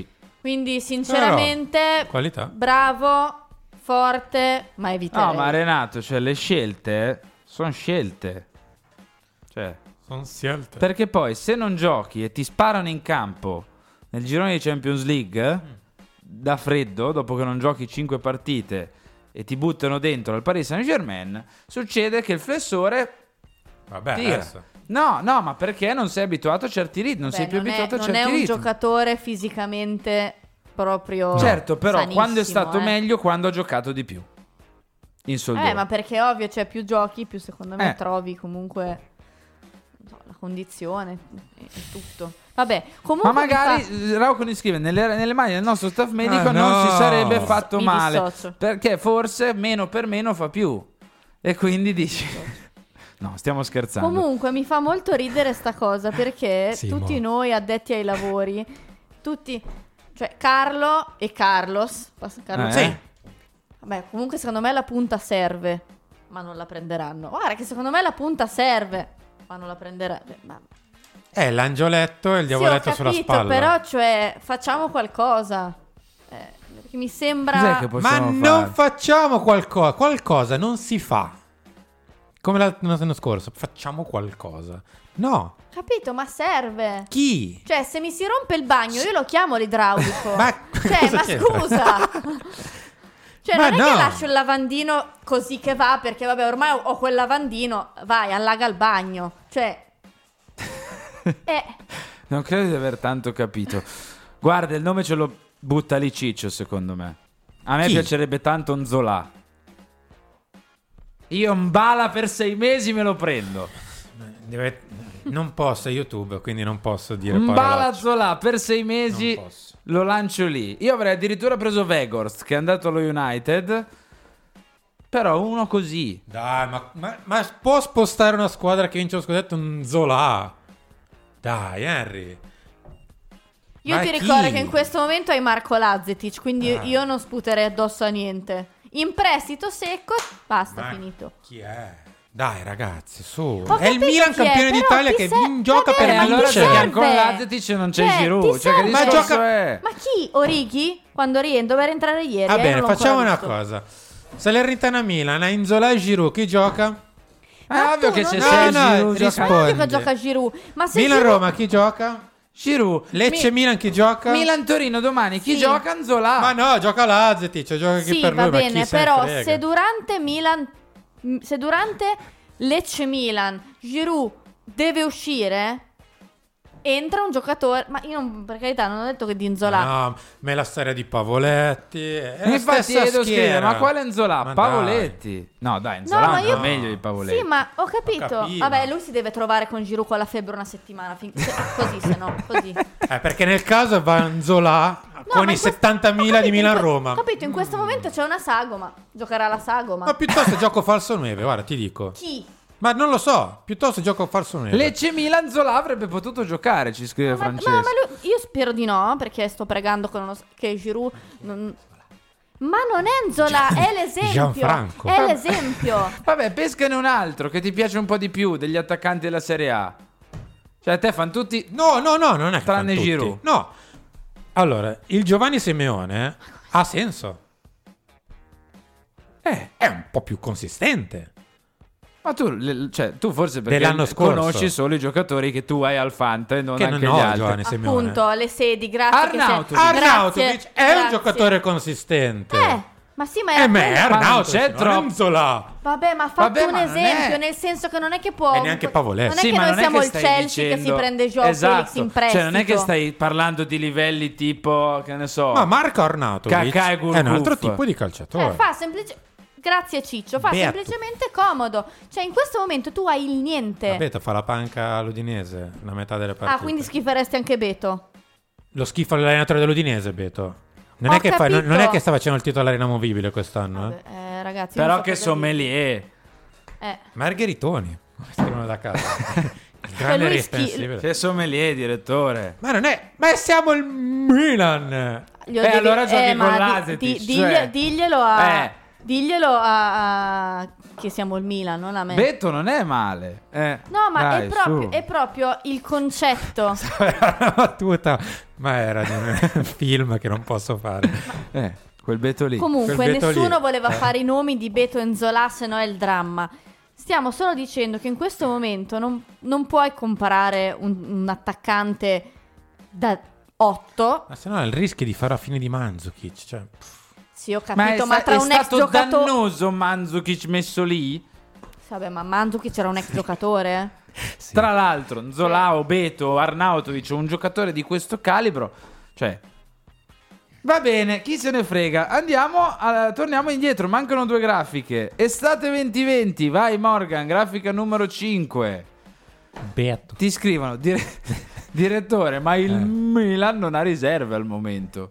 Quindi sinceramente Però, qualità. bravo, forte, ma eviterei. No, ma Renato, cioè le scelte sono scelte. Cioè, sono scelte. perché poi se non giochi e ti sparano in campo nel girone di Champions League mm. da freddo, dopo che non giochi cinque partite e ti buttano dentro al Paris Saint-Germain, succede che il flessore Vabbè, tira. adesso. No, no, ma perché non sei abituato a certi ritmi, non Beh, sei più non abituato è, a certi Non è un ritmi. giocatore fisicamente proprio Certo, però sanissimo, quando è stato eh. meglio, quando ha giocato di più. In soldoni. Eh, ma perché è ovvio, cioè più giochi, più secondo me Eh. trovi comunque non so, la condizione e, e tutto. Vabbè, comunque Ma mi magari fa- Rauco scrive nelle, nelle mani del nostro staff medico Ah, non no. si sarebbe fatto Mi male, dissocio. perché forse meno per meno fa più. E quindi dici no, stiamo scherzando. Comunque mi fa molto ridere sta cosa perché Sì, tutti mo. noi addetti ai lavori, tutti, cioè Carlo e Carlos, passa- Carlo- Eh? Sì. Vabbè, comunque secondo me la punta serve, ma non la prenderanno. Guarda che secondo me la punta serve, ma non la prenderanno. Ma... È l'angioletto e il Sì, ho diavoletto sulla capito, spalla. però cioè facciamo qualcosa. Eh, perché mi sembra Cos'è che Ma possiamo non fare? facciamo qualcosa. Qualcosa non si fa. Come l'anno scorso. Facciamo qualcosa. No. Capito, ma serve. Chi? Cioè, se mi si rompe il bagno, io lo chiamo l'idraulico. Ma cioè, cosa ma c'entra? scusa. Cioè, Ma non è no. che lascio il lavandino così che va, perché vabbè, ormai ho- ho quel lavandino, vai, allaga il bagno. Cioè, eh, Non credo di aver tanto capito. Guarda, il nome ce lo butta lì Ciccio, secondo me. A me Chi? piacerebbe tanto un Zola. Io un bala per sei mesi me lo prendo. Deve- Non posso, è YouTube, quindi non posso dire Un bala parolacce. Zola per sei mesi Non posso. lo lancio lì. Io avrei addirittura preso Weghorst, che è andato allo United. Però uno così. Dai, ma, ma- ma può spostare una squadra che vince lo scudetto un Zola? Dai, Henry. io Ma ti chi? ricordo che in questo momento hai Marco Lazzetic, quindi Ah. io non sputerei addosso a niente. In prestito secco, basta, Ma finito. chi è? Dai, ragazzi, su. Ho È il capito Milan chi è, campione però d'Italia ti che ser- vin- gioca va per bene, E ma ti allora se serve? con Lazzetic non c'è Cioè, Giroud. ti Cioè, che serve? Ma discorso gioca- è? Ma chi? Orighi? Quando rientra, doveva rientrare ieri. Va eh, bene, non l'ho facciamo ancora una visto. cosa. Salernitana Milan, ha Inzola e Giroud, chi gioca? È Ma ovvio tu che non c'è è- sei No, no, Giroud rispondi. giocando. Ovvio che gioca Giroud. Ma se Milan Giroud- Roma, chi gioca? Giroud. Lecce Mi- Milan, chi gioca? Milan Torino domani. Chi Sì. gioca? Zola. Ma no, gioca Lazzetic, gioca chi Sì, per va lui, ma bene, chi se ne però frega? se durante Milan m- se durante Lecce Milan Giroud deve uscire, entra un giocatore, ma io non, per carità non ho detto che di Nzola. No, ma è la storia di Pavoletti. È la Infatti stessa devo scrivere, schiera. ma quale Nzola? Ma Pavoletti. No, dai, No, Nzola ma è io- meglio di Pavoletti. Sì, ma ho capito. capito. Vabbè, lui si deve trovare con Giroud con la febbre una settimana. fin- se- così, se no, così. Eh, perché nel caso va Nzola No, con ma i in questo- settantamila ho di capito, in que- Milan-Roma. Ho capito, in questo momento c'è una sagoma. Giocherà la sagoma. Ma piuttosto gioco falso neve, guarda, ti dico. Chi? Ma non lo so, piuttosto gioco falso neve. Lecce Milan Zola avrebbe potuto giocare, ci scrive Ma, Francesco. ma- ma lui- io spero di no, perché sto pregando che, non- che Giroud non- Ma non è Nzola, è l'esempio. Gianfranco. È l'esempio. Vabbè, pescane un altro che ti piace un po' di più degli attaccanti della Serie A. Cioè, a te fanno tutti. No, no, no, non è che Tranne fanno tutti. Giroud. No. Allora, il Giovanni Simeone ha senso. Eh, è un po' più consistente. Ma tu, le- cioè, tu forse perché Dell'anno scorso. conosci solo i giocatori che tu hai al Fanta e non Che anche non gli ho altri. Giovanni Simeone. Appunto, le sedi, grazie. che sei- Arnautovic. Arnautovic Grazie, è un grazie. giocatore consistente. Eh, ma sì, ma era Eh, ma è quello- Arnautovic, c'è non troppo. è Nzola. Vabbè, ma ha fatto Vabbè, un ma non esempio, è- nel senso che non è che può. E neanche Pavoletti. Non è Sì, che ma noi non è siamo che il stai Chelsea che dicendo- si prende Joao Felix Esatto. in prestito. Cioè, non è che stai parlando di livelli tipo, che ne so. Ma Marco Arnautovic Kakà e è un Gourcuff. altro tipo di calciatore. Eh, fa semplice- Grazie Ciccio, fa Beato. semplicemente comodo. Cioè, in questo momento tu hai il niente. Vabbè, fa la panca all'Udinese la metà delle partite. Ah, quindi schiferesti anche Beto. Lo schifo all'allenatore dell'Udinese, Beto. Non Ho è, che fa, non, capito. non è che sta facendo il titolare inamovibile quest'anno, eh? Vabbè, eh, ragazzi, non Però so che cosa sommelier. dire. Eh. Margheritoni. Scrivono da casa. Il Cioè, grande lui schi- responsibile. Che sommelier, direttore. Ma non è. Ma siamo il Milan. Glielo Eh, devi- allora giochi eh, con ma di- Lazetic, di- diglie- cioè- diglielo a. Eh, Diglielo a, a che siamo il Milan, non a me. Beto non è male. Eh, no, ma dai, è, proprio, su. è proprio il concetto. Era una battuta, ma era di un film che non posso fare. Eh, quel Beto lì. Comunque, Quel Beto nessuno lì. voleva Eh. fare i nomi di Beto e Nzola, se no è il dramma. Stiamo solo dicendo che in questo momento non, non puoi comparare un, un attaccante da otto. Ma se no il rischio di fare la fine di Mandzukic, cioè... Sì, ho Ma è, capito, ma, sta- tra è un ex stato giocatore... dannoso Mandzukic messo lì. Vabbè, ma Mandzukic era un ex giocatore? Sì. Tra l'altro, Nzola, Beto, Arnautovic, un giocatore di questo calibro, cioè va bene, chi se ne frega. Andiamo, a, torniamo indietro, mancano due grafiche. Estate duemilaventi, vai Morgan, grafica numero cinque. Beto. Ti scrivono, dire- direttore, ma il Eh. Milan non ha riserve al momento.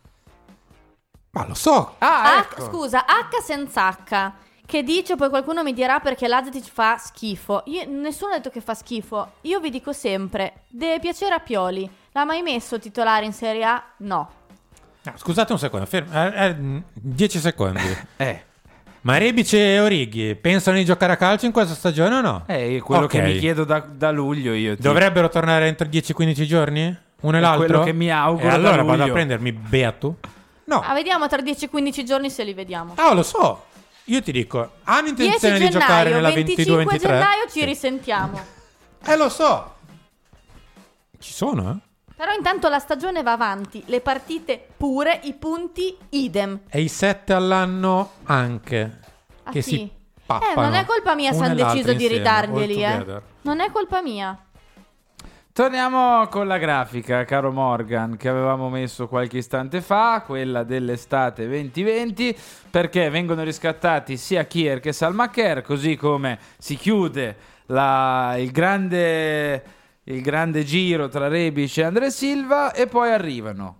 Ma lo so. Ah, H- ecco. Scusa, H senza H. Che dice, poi qualcuno mi dirà perché Lazetic fa schifo. Io, nessuno ha detto che fa schifo. Io vi dico sempre, deve piacere a Pioli. L'ha mai messo titolare in Serie A? No. No, scusate un secondo, ferm- eh, eh, dieci secondi. Eh, Ma Rebic e Orighi pensano di giocare a calcio in questa stagione o no? è quello Ok. che mi chiedo da, da luglio io. tipo. Dovrebbero tornare entro dieci quindici giorni? Uno e l'altro? quello che mi auguro E da allora vado a luglio. prendermi Beato? No. Ah, vediamo tra dieci quindici giorni se li vediamo. Ah, lo so. Io ti dico, hanno intenzione dieci di giocare gennaio, nella ventidue venticinque ventitré? gennaio ci Sì. risentiamo. Eh, lo so. Ci sono, eh? Però intanto la stagione va avanti, le partite pure, i punti idem. E i sette all'anno anche. Ah, che sì? si pappano. Eh, non è colpa mia se uno hanno e l'altro deciso di insieme, all ridarglieli, eh. together. Non è colpa mia. Torniamo con la grafica, caro Morgan, che avevamo messo qualche istante fa, quella dell'estate duemilaventi, perché vengono riscattati sia Kier che Salmacher, così come si chiude la- il, grande, il grande giro tra Rebic e André Silva, e poi arrivano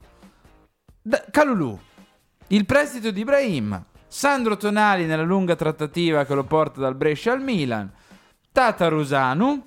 Da- Kalulu, il prestito di Ibrahim, Sandro Tonali nella lunga trattativa che lo porta dal Brescia al Milan, Tatarusanu,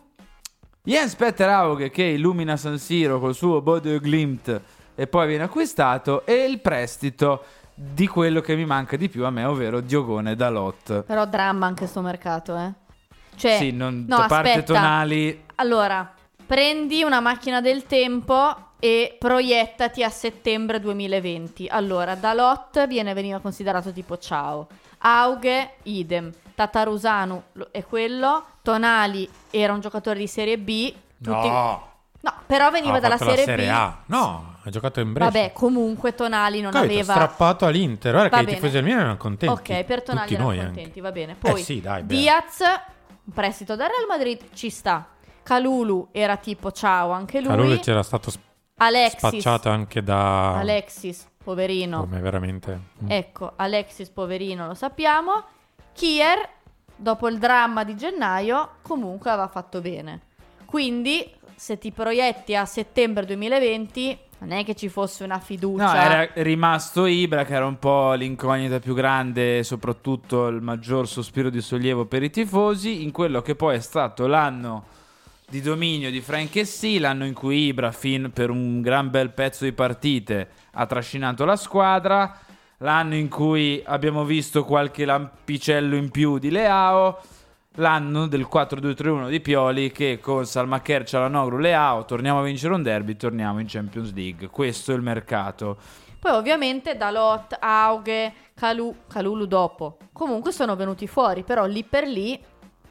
Jens Petter Hauge che illumina San Siro col suo Bodø Glimt e poi viene acquistato, e il prestito di quello che mi manca di più a me, ovvero Diogone Dalot. Però dramma anche sto mercato, eh. Cioè, Sì, non, no, da parte aspetta. Tonali. Allora, prendi una macchina del tempo e proiettati a settembre duemilaventi. Allora, Dalot viene, veniva considerato tipo ciao. Hauge, idem. Tatarusanu lo- è quello. Tonali era un giocatore di Serie B. Tutti... No. No, però veniva Ha dalla fatto la Serie, Serie B. A. No, ha giocato in Brescia. Vabbè, comunque Tonali non Capito, aveva... strappato all'Inter. Ora Va che i bene. tifosi del Milan erano contenti. Ok, per Tonali Tutti erano noi contenti, anche. va bene. Poi Eh sì, dai, bene. Diaz, un prestito dal Real Madrid, ci sta. Kalulu era tipo ciao anche lui. Kalulu c'era stato sp- Alexis, spacciato anche da... Alexis, poverino. Come veramente... Ecco, Alexis, poverino, lo sappiamo. Kier, dopo il dramma di gennaio, comunque aveva fatto bene. Quindi, se ti proietti a settembre duemilaventi, non è che ci fosse una fiducia. No, era rimasto Ibra, che era un po' l'incognita più grande e soprattutto il maggior sospiro di sollievo per i tifosi, in quello che poi è stato l'anno di dominio di Frank Kessie, l'anno in cui Ibra, fin per un gran bel pezzo di partite, ha trascinato la squadra, l'anno in cui abbiamo visto qualche lampicello in più di Leao, l'anno del quattro due tre uno di Pioli, che con Salmacher, Çalhanoğlu, Leao torniamo a vincere un derby, torniamo in Champions League. Questo è il mercato. Poi ovviamente Dalot, Hauge, Kalu, Kalulu dopo. Comunque sono venuti fuori, però lì per lì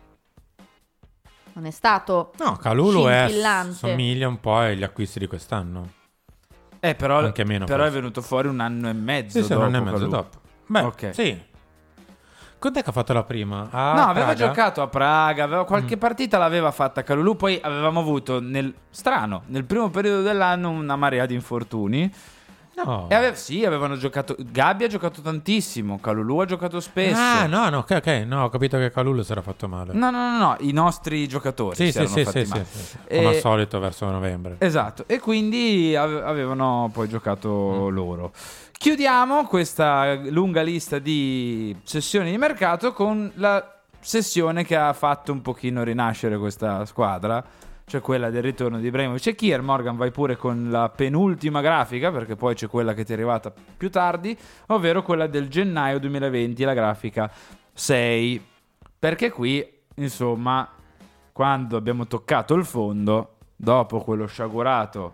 non è stato No, Kalulu è, scintillante. somiglia un po' agli acquisti di quest'anno. Eh, però, Anche meno, però è forse. venuto fuori un anno e mezzo Sì, sì, dopo. un anno e mezzo Kalou. dopo. Beh, Ok. sì. Quant'è che ha fatto la prima? A No, aveva Praga? giocato a Praga, aveva qualche Mm. partita l'aveva fatta Kalulu, poi avevamo avuto nel strano, nel primo periodo dell'anno una marea di infortuni. No. E ave- sì, avevano giocato. Gabbi ha giocato tantissimo, Kalulu ha giocato spesso. Ah, no, no, ok, ok. No, ho capito che Kalulu si era fatto male. No, no, no, no, i nostri giocatori Sì, si sì, erano sì, fatti sì, male. sì, sì, sì. E- Come al solito verso novembre. Esatto, e quindi ave- avevano poi giocato Mm. loro. Chiudiamo questa lunga lista di sessioni di mercato con la sessione che ha fatto un pochino rinascere questa squadra, cioè quella del ritorno di Ibrahimovic e Kier. Morgan, vai pure con la penultima grafica, perché poi c'è quella che ti è arrivata più tardi, ovvero quella del gennaio duemilaventi, la grafica sei, perché qui, insomma, quando abbiamo toccato il fondo, dopo quello sciagurato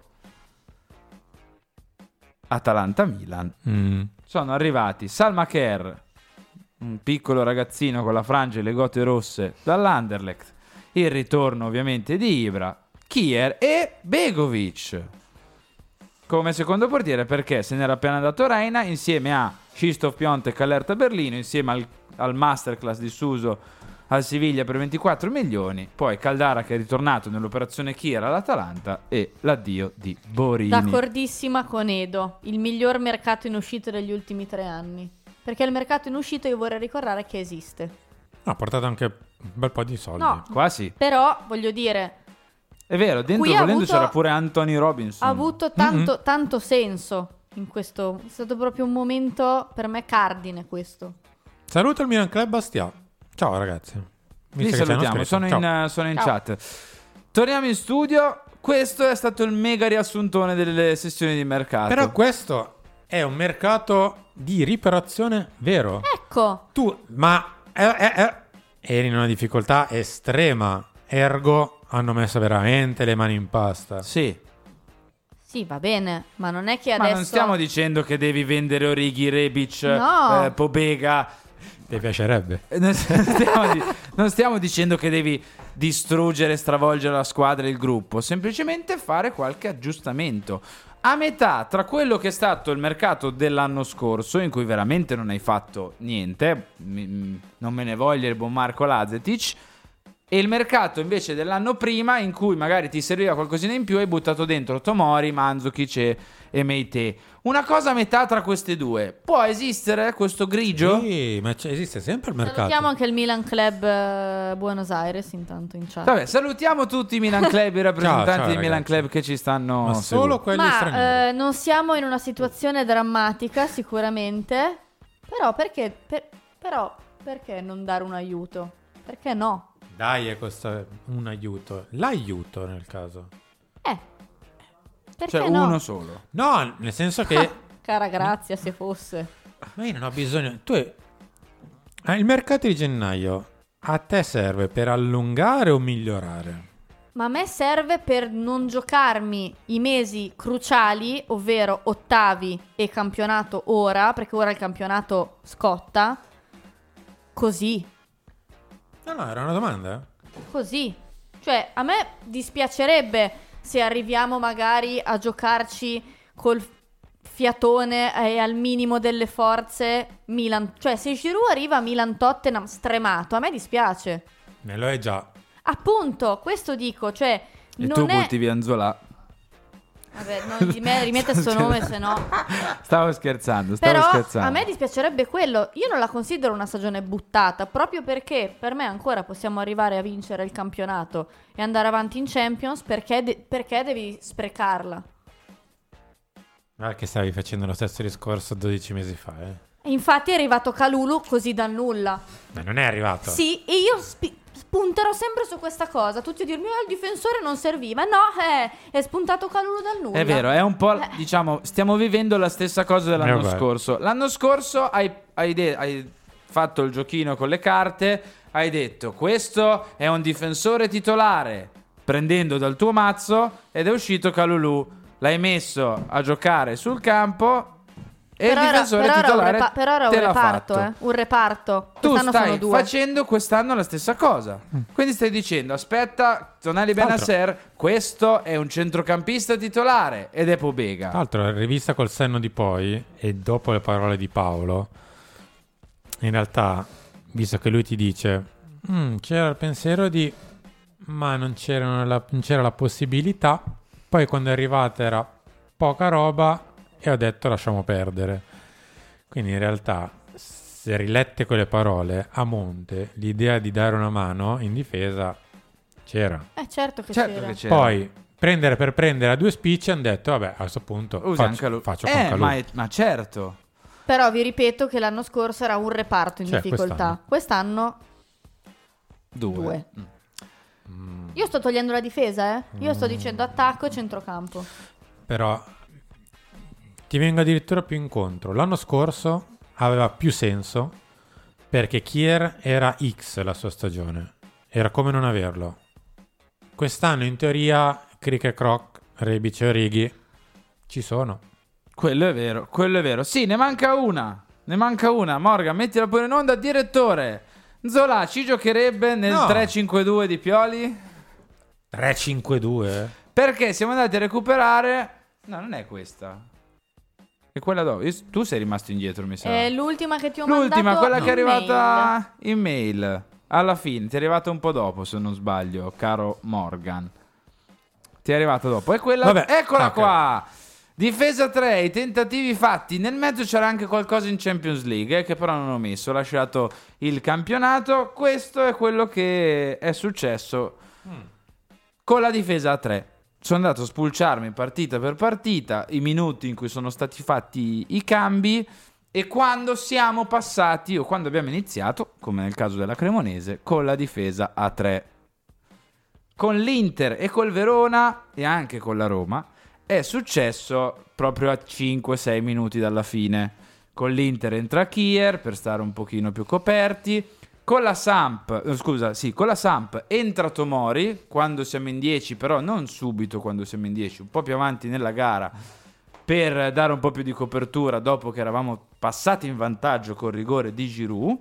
Atalanta-Milan, Mm. sono arrivati Salma Kerr, un piccolo ragazzino con la frangia e le gote rosse dall'Anderlecht, il ritorno ovviamente di Ibra, Kier e Begovic come secondo portiere, perché se n'era appena andato Reina insieme a Krzysztof Piątek all'Hertha Berlino, insieme al, al masterclass di Suso al Siviglia per ventiquattro milioni, poi Caldara che è ritornato nell'operazione Kier all'Atalanta e l'addio di Borini. D'accordissima con Edo, il miglior mercato in uscita degli ultimi tre anni, perché il mercato in uscita, io vorrei ricordare che esiste. Ha portato anche un bel po' di soldi. No, Qua sì, però voglio dire, è vero, dentro Qui ha volendo avuto- c'era pure Anthony Robinson. ha avuto tanto, tanto senso in questo, è stato proprio un momento per me cardine questo. Saluto il Milan Club Bastia. Ciao ragazzi. Li Visto che ci hanno salutiamo, scritto. sono Ciao. in, uh, sono in Ciao. chat. Torniamo in studio. Questo è stato il mega riassuntone delle sessioni di mercato. Però questo è un mercato di riparazione vero. Ecco, Tu, ma eh, eh, eh, eri in una difficoltà estrema. Ergo hanno messo veramente le mani in pasta. Sì, sì, va bene, ma non è che ma adesso... non stiamo dicendo che devi vendere Origi, Rebic, No. eh, Pobega. Ti piacerebbe? Eh, Non stiamo, di- non stiamo dicendo che devi distruggere, stravolgere la squadra e il gruppo, semplicemente fare qualche aggiustamento. A metà tra quello che è stato il mercato dell'anno scorso, in cui veramente non hai fatto niente, mi- m- non me ne voglia il buon Marco Lazetic, e il mercato invece dell'anno prima, in cui magari ti serviva qualcosina in più e hai buttato dentro Tomori, Mandzukic e, e Meite. Una cosa a metà tra queste due. Può esistere questo grigio? Sì, ma c'è- esiste sempre il mercato. Salutiamo anche il Milan Club eh, Buenos Aires intanto in chat. Vabbè, salutiamo tutti i Milan Club, i rappresentanti Ciao, ciao, dei Milan ragazzi. Club che ci stanno Ma solo seguendo. quelli Ma stranieri. eh, non siamo in una situazione drammatica sicuramente, però perché, per- però perché non dare un aiuto? Perché no? Dai, è questo un aiuto. L'aiuto nel caso. Eh, perché Cioè no? uno solo. No, nel senso che Cara grazia se fosse. ma io non ho bisogno. Tu eh, il mercato di gennaio a te serve per allungare o migliorare? Ma a me serve per non giocarmi i mesi cruciali, ovvero ottavi e campionato ora, perché ora il campionato scotta, così. No, no, era una domanda. Così. Cioè, a me dispiacerebbe se arriviamo magari a giocarci col fiatone e al minimo delle forze Milan. Cioè, se Giroud arriva a Milan-Tottenham stremato, a me dispiace. Me lo è già. Appunto, questo dico, cioè... E non tu è... coltivi Anzola. Vabbè, non gli me- rimette il suo nome, se no... Stavo scherzando, stavo Però scherzando. a me dispiacerebbe quello. Io non la considero una stagione buttata, proprio perché per me ancora possiamo arrivare a vincere il campionato e andare avanti in Champions, perché, de- perché devi sprecarla. Guarda che stavi facendo lo stesso discorso dodici mesi fa, eh. E infatti è arrivato Kalulu così dal nulla. Ma non è arrivato. Sì, e io spi- spunterò sempre su questa cosa. Tutti a dirmi, oh, il difensore non serviva. No, eh, è spuntato Kalulu dal nulla. È vero, è un po', Eh. diciamo, stiamo vivendo la stessa cosa dell'anno Eh, vabbè. scorso. L'anno scorso hai, hai de- hai fatto il giochino con le carte, hai detto questo è un difensore titolare, prendendo dal tuo mazzo, ed è uscito Kalulu. L'hai messo a giocare sul campo e Però il era, difensore però era un, titolare repa- però era un te l'ha reparto, fatto. eh. Un reparto. Tu Quest'anno sono stai due. facendo quest'anno la stessa cosa. Quindi stai dicendo, aspetta, Tonali Tra Benasser, questo è un centrocampista titolare ed è Pobega. Tra l'altro, rivista col senno di poi, e dopo le parole di Paolo, in realtà, visto che lui ti dice, "Mm, c'era il pensiero di, ma non, c'erano la, non c'era la possibilità, poi quando è arrivata era poca roba e ho detto lasciamo perdere." Quindi in realtà, se rilette quelle parole, a monte, l'idea di dare una mano in difesa c'era. Eh, certo che Certo c'era. che c'era. Poi, prendere per prendere a due spicci, hanno detto, vabbè, a questo punto Usi faccio, anche lui. faccio eh, con Kalou. ma, è- ma certo. Però vi ripeto che l'anno scorso era un reparto in Cioè, difficoltà. Quest'anno, Due. Due. Mm. Mm. Io sto togliendo la difesa, eh. Io sto dicendo attacco e centrocampo. Però ti vengo addirittura più incontro. L'anno scorso aveva più senso perché Kier era X la sua stagione. Era come non averlo. Quest'anno in teoria Crick e Croc, Rebic e Righi ci sono. Quello è vero, quello è vero. Sì, ne manca una. Ne manca una. Morgan, mettila pure in onda. Direttore, Zola ci giocherebbe nel No. tre cinque due di Pioli? tre cinque due? Perché siamo andati a recuperare... No, non è questa. È quella dopo. Io- Tu sei rimasto indietro, mi sa. È l'ultima che ti ho L'ultima, mandato quella che è in mail. arrivata in mail. Alla fine, ti è arrivata un po' dopo, se non sbaglio, caro Morgan. Ti è arrivata dopo. E quella... Vabbè, Eccola ok. qua! Difesa tre, i tentativi fatti. Nel mezzo c'era anche qualcosa in Champions League, eh, che però non ho messo. Ho lasciato il campionato. Questo è quello che è successo con la difesa a tre. Sono andato a spulciarmi partita per partita i minuti in cui sono stati fatti i cambi e quando siamo passati o quando abbiamo iniziato, come nel caso della Cremonese, con la difesa a tre. Con l'Inter e col Verona e anche con la Roma è successo proprio a cinque sei minuti dalla fine. Con l'Inter entra Kier per stare un pochino più coperti. Con la Samp, eh, scusa, sì, con la Samp entra Tomori quando siamo in dieci, però non subito quando siamo in dieci, un po' più avanti nella gara per dare un po' più di copertura dopo che eravamo passati in vantaggio col rigore di Giroud.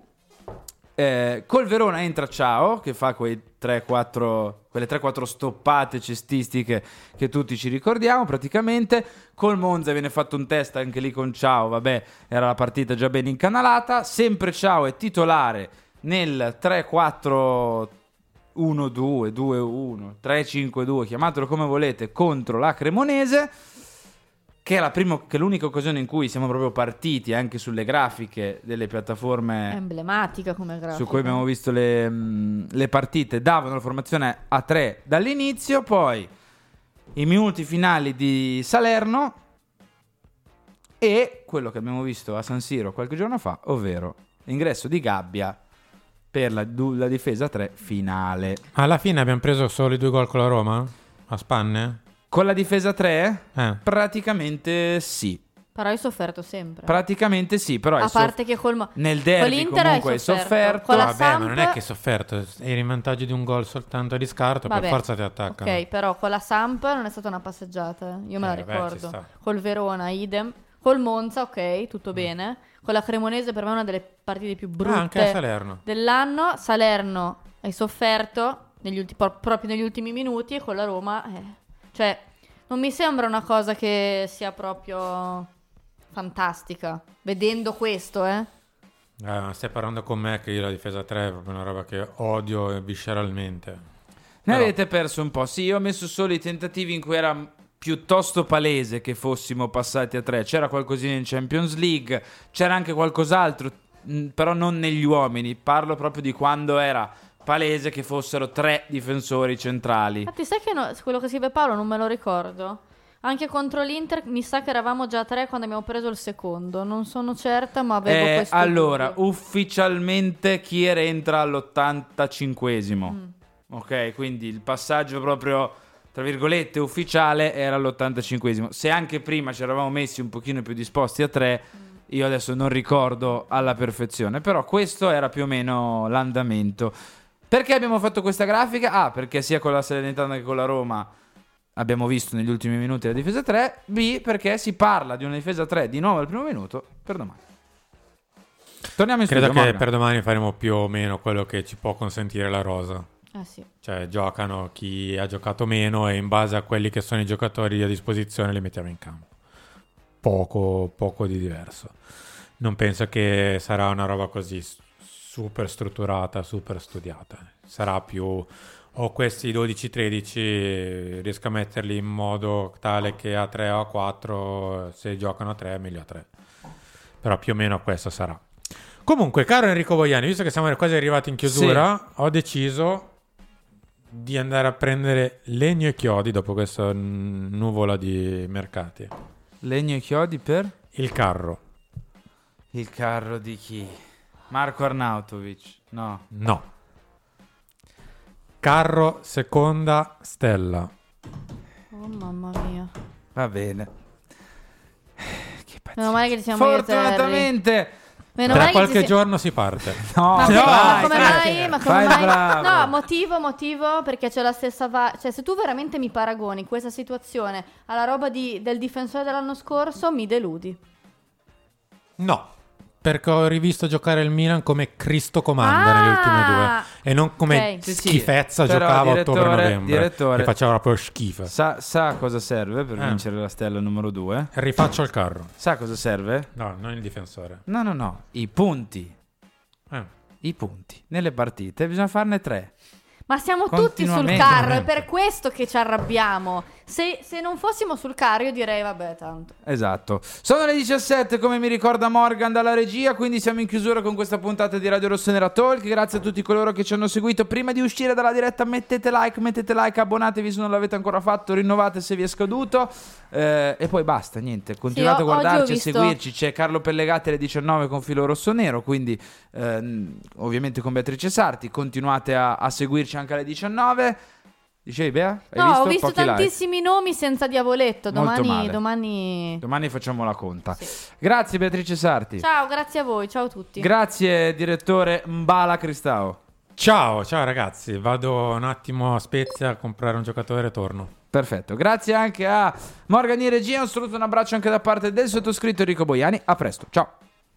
Eh, col Verona entra Ciao che fa quei tre quattro quelle tre quattro stoppate cestistiche che tutti ci ricordiamo praticamente. Col Monza viene fatto un test anche lì con Ciao, vabbè, era la partita già ben incanalata. Sempre Ciao è titolare nel tre quattro uno due due uno tre cinque due, chiamatelo come volete, contro la Cremonese, che è, la prima, che è l'unica occasione in cui siamo proprio partiti anche sulle grafiche delle È piattaforme emblematica come grafica. su cui abbiamo visto le, mh, le partite, davano la formazione a tre dall'inizio. Poi i minuti finali di Salerno e quello che abbiamo visto a San Siro qualche giorno fa, ovvero l'ingresso di Gabbia per la, du- la difesa tre finale. Alla fine abbiamo preso solo i due gol con la Roma? A spanne? Con la difesa tre? Eh. Praticamente sì. Però hai sofferto sempre. Praticamente sì, però A hai parte soff- che col Mo- nel con derby l'Inter comunque hai hai sofferto. sofferto. Con la Vabbè, Samp- ma non è che hai sofferto, eri in vantaggio di un gol soltanto di scarto, Vabbè, per forza ti attaccano. Ok, però con la Samp non è stata una passeggiata. Io me la Eh, vabbè, ci ricordo. sta. Col Verona, idem. Col Monza, ok, tutto bene. Con la Cremonese per me è una delle partite più brutte Ah, anche a Salerno. dell'anno. Salerno hai sofferto negli ulti- pro- proprio negli ultimi minuti. E con la Roma, eh. Cioè, non mi sembra una cosa che sia proprio fantastica. Vedendo questo, eh. Eh, stai parlando con me che io la difesa tre è proprio una roba che odio visceralmente. Ne Però- avete perso un po'. Sì, io ho messo solo i tentativi in cui era piuttosto palese che fossimo passati a tre. C'era qualcosina in Champions League, c'era anche qualcos'altro, mh, però non negli uomini. Parlo proprio di quando era palese che fossero tre difensori centrali. Infatti, sai che no- quello che scrive Paolo non me lo ricordo. Anche contro l'Inter mi sa che eravamo già a tre quando abbiamo preso il secondo. Non sono certa, ma avevo Eh, questo allora, dubbio. ufficialmente Kier entra all'ottantacinquesimo. Mm. Ok, quindi il passaggio proprio, tra virgolette, ufficiale era all'ottantacinquesimo. Se anche prima ci eravamo messi un pochino più disposti a tre, io adesso non ricordo alla perfezione, però questo era più o meno l'andamento. Perché abbiamo fatto questa grafica? Ah, perché sia con la Salernitana che con la Roma abbiamo visto negli ultimi minuti la difesa tre. B, perché si parla di una difesa tre di nuovo al primo minuto per domani. Torniamo in Credo studio, che Morgan. per domani faremo più o meno quello che ci può consentire la rosa. Eh sì. Cioè giocano chi ha giocato meno e in base a quelli che sono i giocatori a disposizione li mettiamo in campo. Poco, poco di diverso. Non penso che sarà una roba così s- super strutturata, super studiata. Sarà più o questi dodici tredici riesco a metterli in modo tale che a tre o a quattro, se giocano a tre meglio a tre. Però più o meno questo sarà. Comunque, caro Enrico Boiani, visto che siamo quasi arrivati in chiusura, ho deciso di andare a prendere legno e chiodi dopo questa n- nuvola di mercati. Legno e chiodi per? Il carro. Il carro di chi? Marco Arnautovic? No. No. Carro, seconda stella. Oh mamma mia. Va bene. Che pazienza. Meno male che ci siamo io e Terry. Fortunatamente. Meno Tra male che qualche ci si- giorno si parte. No, Ma, no, come- ma dai, come dai. mai? Ma come Fai il mai? bravo. No, motivo, motivo, perché c'è la stessa va- cioè se tu veramente mi paragoni questa situazione alla roba di- del difensore dell'anno scorso, mi deludi. No, perché ho rivisto giocare il Milan come Cristo comanda Ah, nelle ultime due e non come ok. Sì, sì, schifezza però, giocava direttore, ottobre-novembre direttore. e faceva proprio schifo. Sa, sa cosa serve per Eh. vincere la stella numero due? Rifaccio il carro. Sa cosa serve? No, non il difensore. No, no, no. I punti. Eh. I punti. Nelle partite bisogna farne tre. Ma siamo tutti sul Continuamente. carro, è per questo che ci arrabbiamo. Se, se non fossimo sul carro io direi vabbè tanto. Esatto. Sono le diciassette, come mi ricorda Morgan dalla regia, quindi siamo in chiusura con questa puntata di Radio Rossonera Talk. Grazie a tutti coloro che ci hanno seguito. Prima di uscire dalla diretta mettete like, mettete like, abbonatevi se non l'avete ancora fatto, rinnovate se vi è scaduto. Eh, e poi basta, niente. Continuate Sì, a o- oggi guardarci, ho a visto- seguirci. C'è Carlo Pellegatti alle diciannove con Filo Rossonero, quindi ehm, ovviamente con Beatrice Sarti. Continuate a, a seguirci anche alle diciannove. Dicevi, Bea? Hai No, visto? ho visto Pochi like. tantissimi nomi senza diavoletto. Molto Domani, male. domani... Domani facciamo la conta. Sì. Grazie Beatrice Sarti. Ciao, grazie a voi, ciao a tutti. Grazie direttore Mbala Cristao. Ciao, ciao ragazzi. Vado un attimo a Spezia a comprare un giocatore e torno. Perfetto. Grazie anche a Morgan in regia. Un saluto e un abbraccio anche da parte del sottoscritto Enrico Boiani. A presto. Ciao.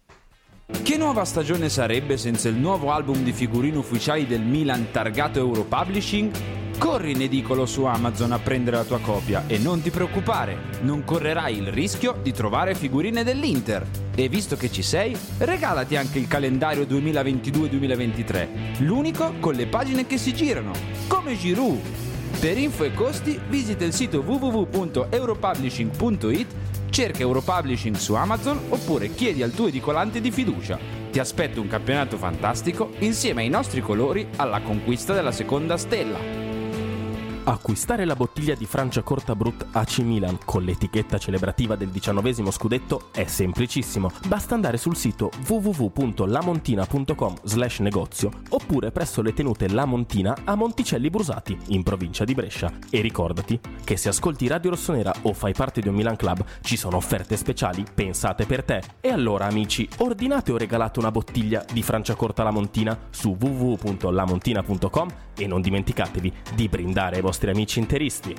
Che nuova stagione sarebbe senza il nuovo album di figurine ufficiali del Milan targato Europublishing? Corri in edicolo su Amazon a prendere la tua copia e non ti preoccupare, non correrai il rischio di trovare figurine dell'Inter. E visto che ci sei, regalati anche il calendario duemilaventidue duemilaventitré, l'unico con le pagine che si girano, come Giroud. Per info e costi visita il sito w w w punto europublishing punto it, cerca Europublishing su Amazon oppure chiedi al tuo edicolante di fiducia. Ti aspetta un campionato fantastico insieme ai nostri colori alla conquista della seconda stella. Acquistare la bottiglia di Franciacorta Brut A C Milan con l'etichetta celebrativa del diciannovesimo scudetto è semplicissimo. Basta andare sul sito w w w punto lamontina punto com slash negozio oppure presso le tenute La Montina a Monticelli Brusati, in provincia di Brescia. E ricordati che se ascolti Radio Rossonera o fai parte di un Milan Club ci sono offerte speciali pensate per te. E allora amici, ordinate o regalate una bottiglia di Franciacorta La Montina su w w w punto lamontina punto com e non dimenticatevi di brindare ai vostri amici interisti.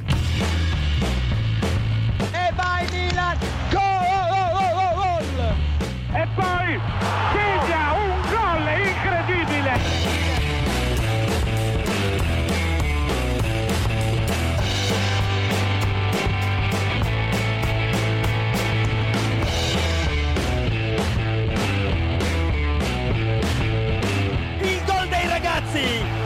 E vai Milan, gol! E poi segna un gol incredibile! Il gol dei ragazzi!